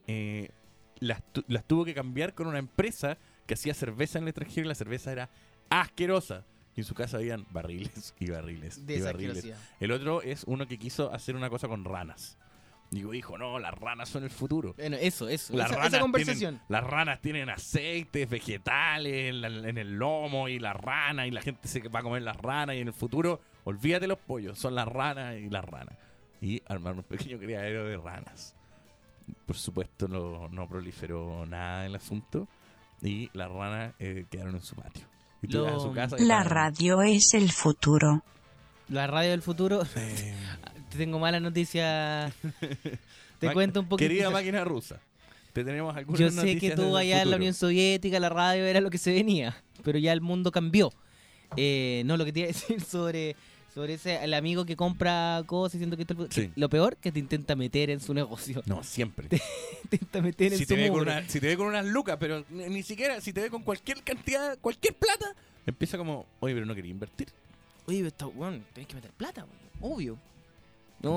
las tuvo que cambiar con una empresa que hacía cerveza en el extranjero y la cerveza era asquerosa. Y en su casa habían barriles y barriles De y esa barriles. asquerosidad. El otro es uno que quiso hacer una cosa con ranas. Dijo, no, las ranas son el futuro. Bueno, eso, Las esa ranas conversación. las ranas tienen aceites vegetales en el lomo y las ranas y la gente se va a comer las ranas y en el futuro, olvídate los pollos, son las ranas y las ranas. Y armaron un pequeño criadero de ranas. Por supuesto no proliferó nada el asunto y las ranas quedaron en su patio. Y tú ibas a su casa y La estaban- radio es el futuro. La radio del futuro. Te tengo mala noticia. Te cuento un poquito. Querida máquina rusa, te tenemos algunas Yo sé noticias que desde tú el allá en la futuro. Unión Soviética, la radio era lo que se venía, pero ya el mundo cambió. No, lo que te iba a decir sobre el amigo que compra cosas diciendo que esto es el futuro. Sí. Lo peor, que te intenta meter en su negocio. No, siempre. Te intenta meter en Si su te, ve con mugre. si te ve con unas lucas, pero ni siquiera, si te ve con cualquier cantidad, cualquier plata, empieza como, oye, pero no quería invertir. Oye, pero está, bueno, tenés que meter plata, bueno, obvio. No,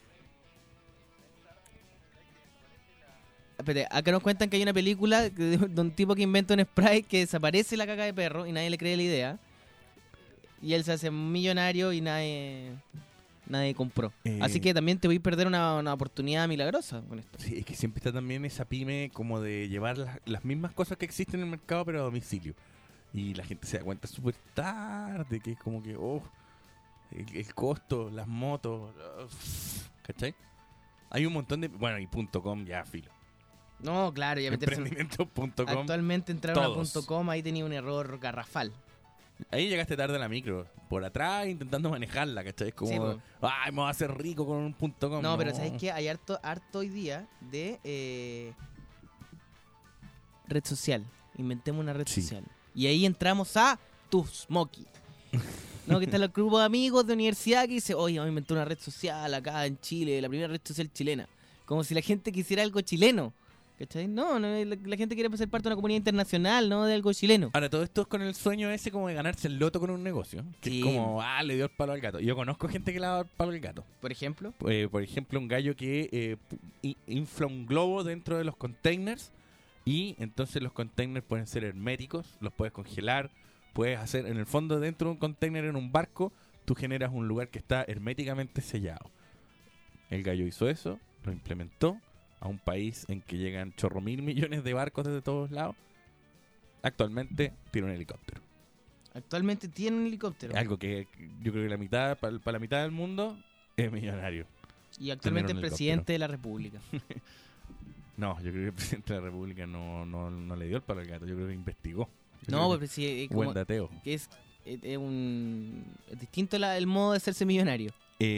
espérate, acá nos cuentan que hay una película de un tipo que inventa un spray que desaparece la caca de perro y nadie le cree la idea. Y él se hace millonario y nadie compró. Así que también te voy a perder una oportunidad milagrosa con esto. Sí, es que siempre está también esa pyme como de llevar las mismas cosas que existen en el mercado, pero a domicilio. Y la gente se da cuenta súper tarde, que es como que, el costo, las motos, ¿cachai? Hay un montón de... Bueno, y .com ya, filo. No, claro, ya meterse en... Emprendimiento.com. Actualmente entrar todos. a .com ahí tenía un error garrafal. Ahí llegaste tarde a la micro, por atrás intentando manejarla, ¿cachai? Es como, Sí, po. ay, me voy a hacer rico con un .com. No, pero ¿sabes qué? Hay harto hoy día de red social. Inventemos una red social. Y ahí entramos a Tusmoki. ¿No? Que está el grupo de amigos de universidad que dice, oye, vamos a inventar una red social acá en Chile, la primera red social chilena. Como si la gente quisiera algo chileno. ¿Cachai? No, la gente quiere ser parte de una comunidad internacional, no de algo chileno. Ahora, todo esto es con el sueño ese como de ganarse el loto con un negocio. Que Sí. es como, le dio el palo al gato. Yo conozco gente que le ha dado el palo al gato. ¿Por ejemplo? Por ejemplo, un gallo que infla un globo dentro de los containers y entonces los containers pueden ser herméticos, los puedes congelar, puedes hacer, en el fondo, dentro de un container en un barco, tú generas un lugar que está herméticamente sellado. El gallo hizo eso, lo implementó a un país en que llegan chorro mil millones de barcos desde todos lados. actualmente tiene un helicóptero. Actualmente tiene un helicóptero. Algo que yo creo que la mitad, para la mitad del mundo, es millonario. Y actualmente es Tener un presidente de la República. No, yo creo que el presidente de la República no le dio el palo al gato. Yo creo que investigó. No, pues sí, buen dateo. Que es distinto el modo de hacerse millonario.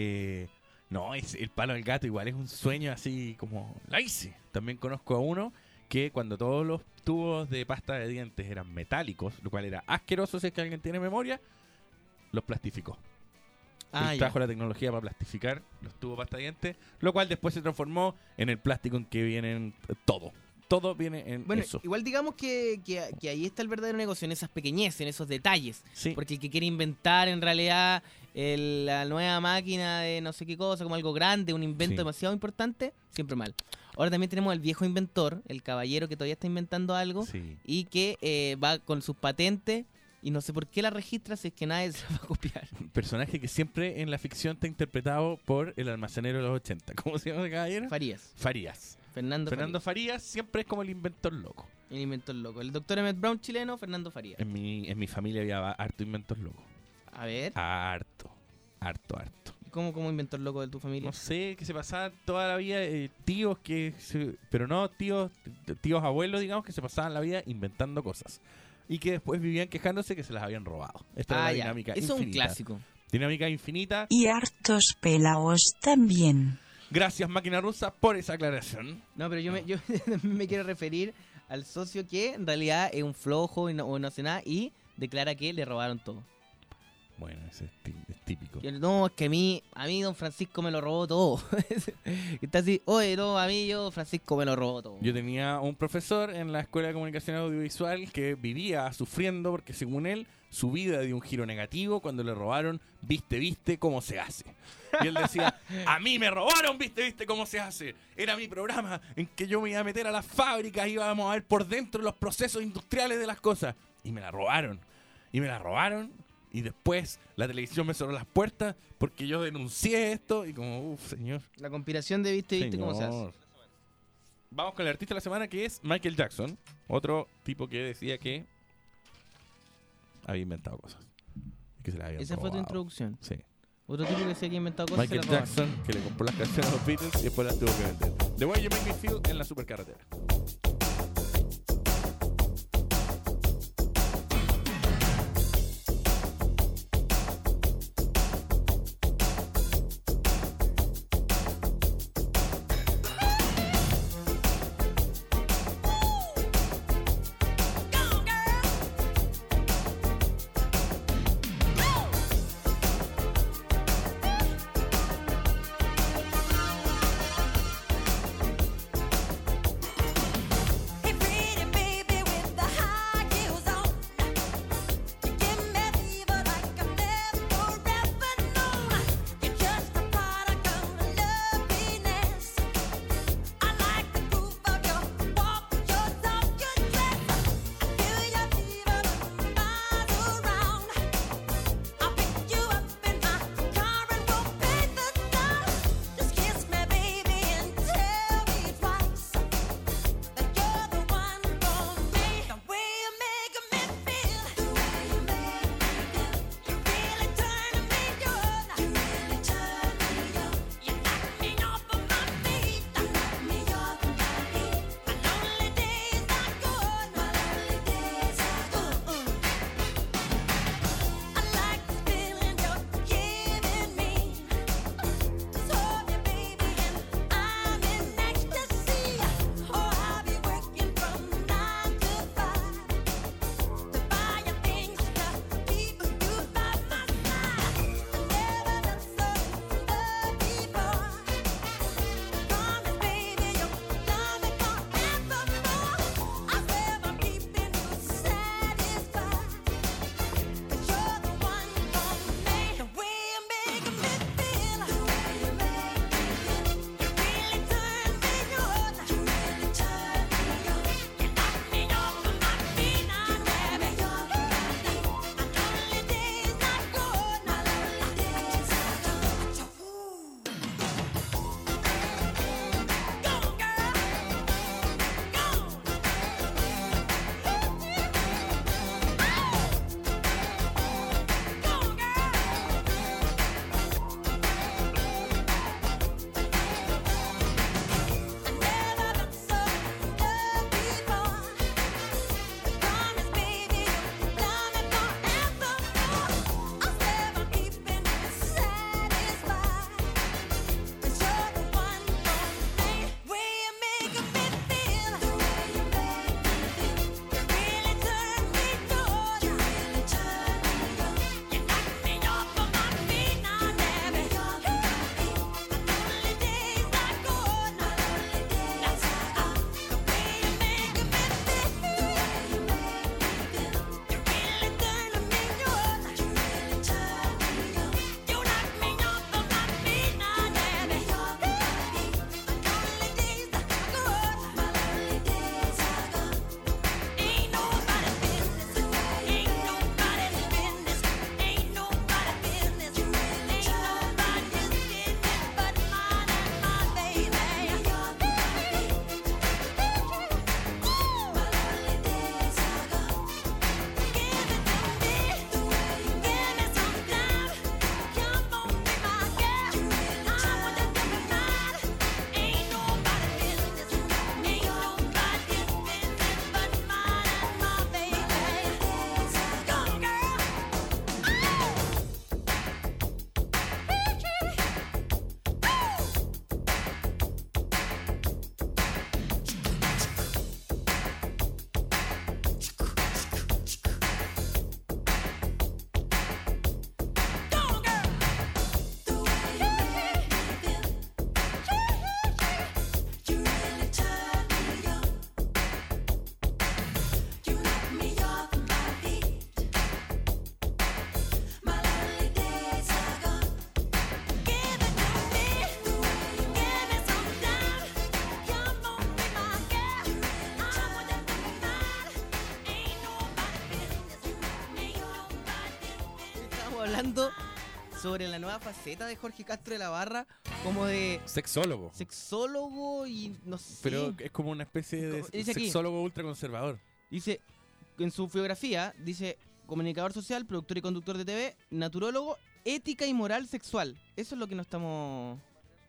No, es el palo al gato igual es un sueño así como la hice. También conozco a uno que cuando todos los tubos de pasta de dientes eran metálicos, lo cual era asqueroso si es que alguien tiene memoria, los plastificó. Él trajo la tecnología para plastificar los tubos de pasta de dientes, lo cual después se transformó en el plástico en que vienen todo. Todo viene en eso. Igual digamos que ahí está el verdadero negocio, en esas pequeñeces, en esos detalles. Sí. Porque el que quiere inventar en realidad la nueva máquina de no sé qué cosa, como algo grande, un invento demasiado importante, siempre mal. Ahora también tenemos al viejo inventor, el caballero que todavía está inventando algo y que va con sus patentes y no sé por qué la registra si es que nadie se la va a copiar. Un personaje que siempre en la ficción está interpretado por el almacenero de los 80. ¿Cómo se llama ese caballero? Farías. Fernando Farías siempre es como el inventor loco. El inventor loco. El doctor Emmett Brown chileno, Fernando Farías. En mi familia había harto inventor loco. A ver. Harto. ¿Cómo inventor loco de tu familia? No sé, que se pasaban toda la vida tíos pero no tíos abuelos, digamos, que se pasaban la vida inventando cosas. Y que después vivían quejándose que se las habían robado. Esta era la dinámica infinita. Eso es un clásico. Dinámica infinita. Y hartos pelaos también. Gracias, máquina rusa, por esa aclaración. No, pero yo me quiero referir al socio que en realidad es un flojo o no hace nada y declara que le robaron todo. Bueno, ese es típico. No, es que a mí don Francisco me lo robó todo. Está así, oye, no, Francisco me lo robó todo. Yo tenía un profesor en la Escuela de Comunicación Audiovisual que vivía sufriendo porque según él, su vida dio un giro negativo cuando le robaron Viste cómo se hace. Y él decía, a mí me robaron Viste cómo se hace. Era mi programa en que yo me iba a meter a las fábricas, íbamos a ver por dentro los procesos industriales de las cosas. Y me la robaron. Y después la televisión me cerró las puertas porque yo denuncié esto y como, señor. La conspiración de Viste cómo se hace. Vamos con el artista de la semana, que es Michael Jackson. Otro tipo que decía que había inventado cosas. Que se las habían Esa robado. fue tu introducción. Sí. Otro tipo que decía que había inventado cosas. Michael Jackson, que le compró las canciones a los Beatles y después las tuvo que vender. The Way You Make Me Feel en la supercarretera. hablando sobre la nueva faceta de Jorge Castro de la Barra, como de Sexólogo. y no sé. Pero es como una especie de Dice aquí, sexólogo ultraconservador. dice, en su biografía, dice comunicador social, productor y conductor de TV, naturólogo, ética y moral sexual. Eso es lo que no estamos...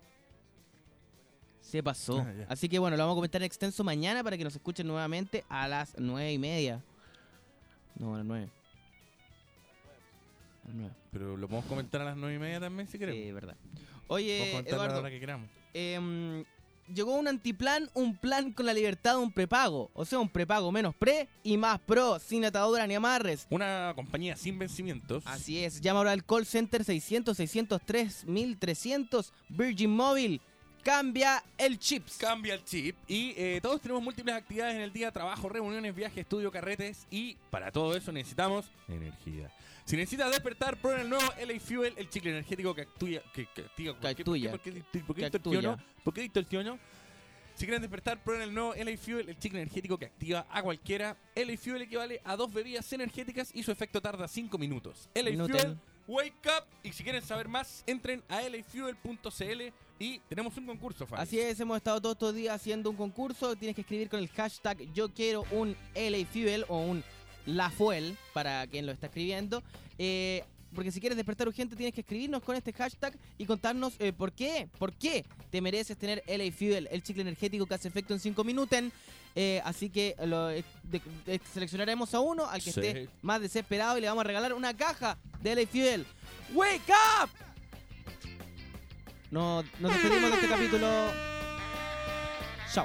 Se pasó. Ah, ya. Así que bueno, lo vamos a comentar en extenso mañana para que nos escuchen nuevamente a las 9:30. No, a las 9. A las 9. Pero lo podemos comentar a las 9:30 también si queremos. Sí, verdad. Podemos Oye, comentarlo a la Eduardo, hora que queramos. llegó un antiplan, un plan con la libertad de un prepago. O sea, un prepago menos pre y más pro, sin atadura ni amarres. Una compañía sin vencimientos. Así es, llama ahora al call center 600-603-1300 Virgin Móvil. Cambia el chip. Cambia el chip. Y todos tenemos múltiples actividades en el día: trabajo, reuniones, viajes, estudio, carretes. Y para todo eso necesitamos energía. Si necesitas despertar, prueba el nuevo LA Fuel, el chicle energético que actúa. ¿Por qué dicto el tiono? Si quieren despertar, prueben el nuevo LA Fuel, el chicle energético que activa a cualquiera. LA Fuel equivale a 2 bebidas energéticas y su efecto tarda 5 minutos. LA Fuel, wake up. Y si quieren saber más, entren a lafuel.cl y tenemos un concurso, Fabi. Así es, hemos estado todos estos días haciendo un concurso. Tienes que escribir con el hashtag yo quiero un LA Fuel o un La Fuel para quien lo está escribiendo. Porque si quieres despertar urgente tienes que escribirnos con este hashtag y contarnos por qué te mereces tener LA Fuel, el chicle energético que hace efecto en 5 minutos. Así que seleccionaremos a uno al que esté más desesperado y le vamos a regalar una caja de LA Fuel. ¡Wake up! Nos despedimos de este capítulo. Chao.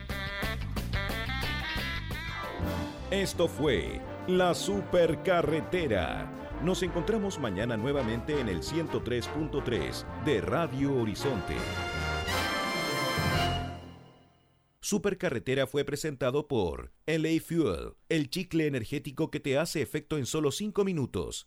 Esto fue La Supercarretera. Nos encontramos mañana nuevamente en el 103.3 de Radio Horizonte. Supercarretera fue presentado por LA Fuel, el chicle energético que te hace efecto en solo 5 minutos.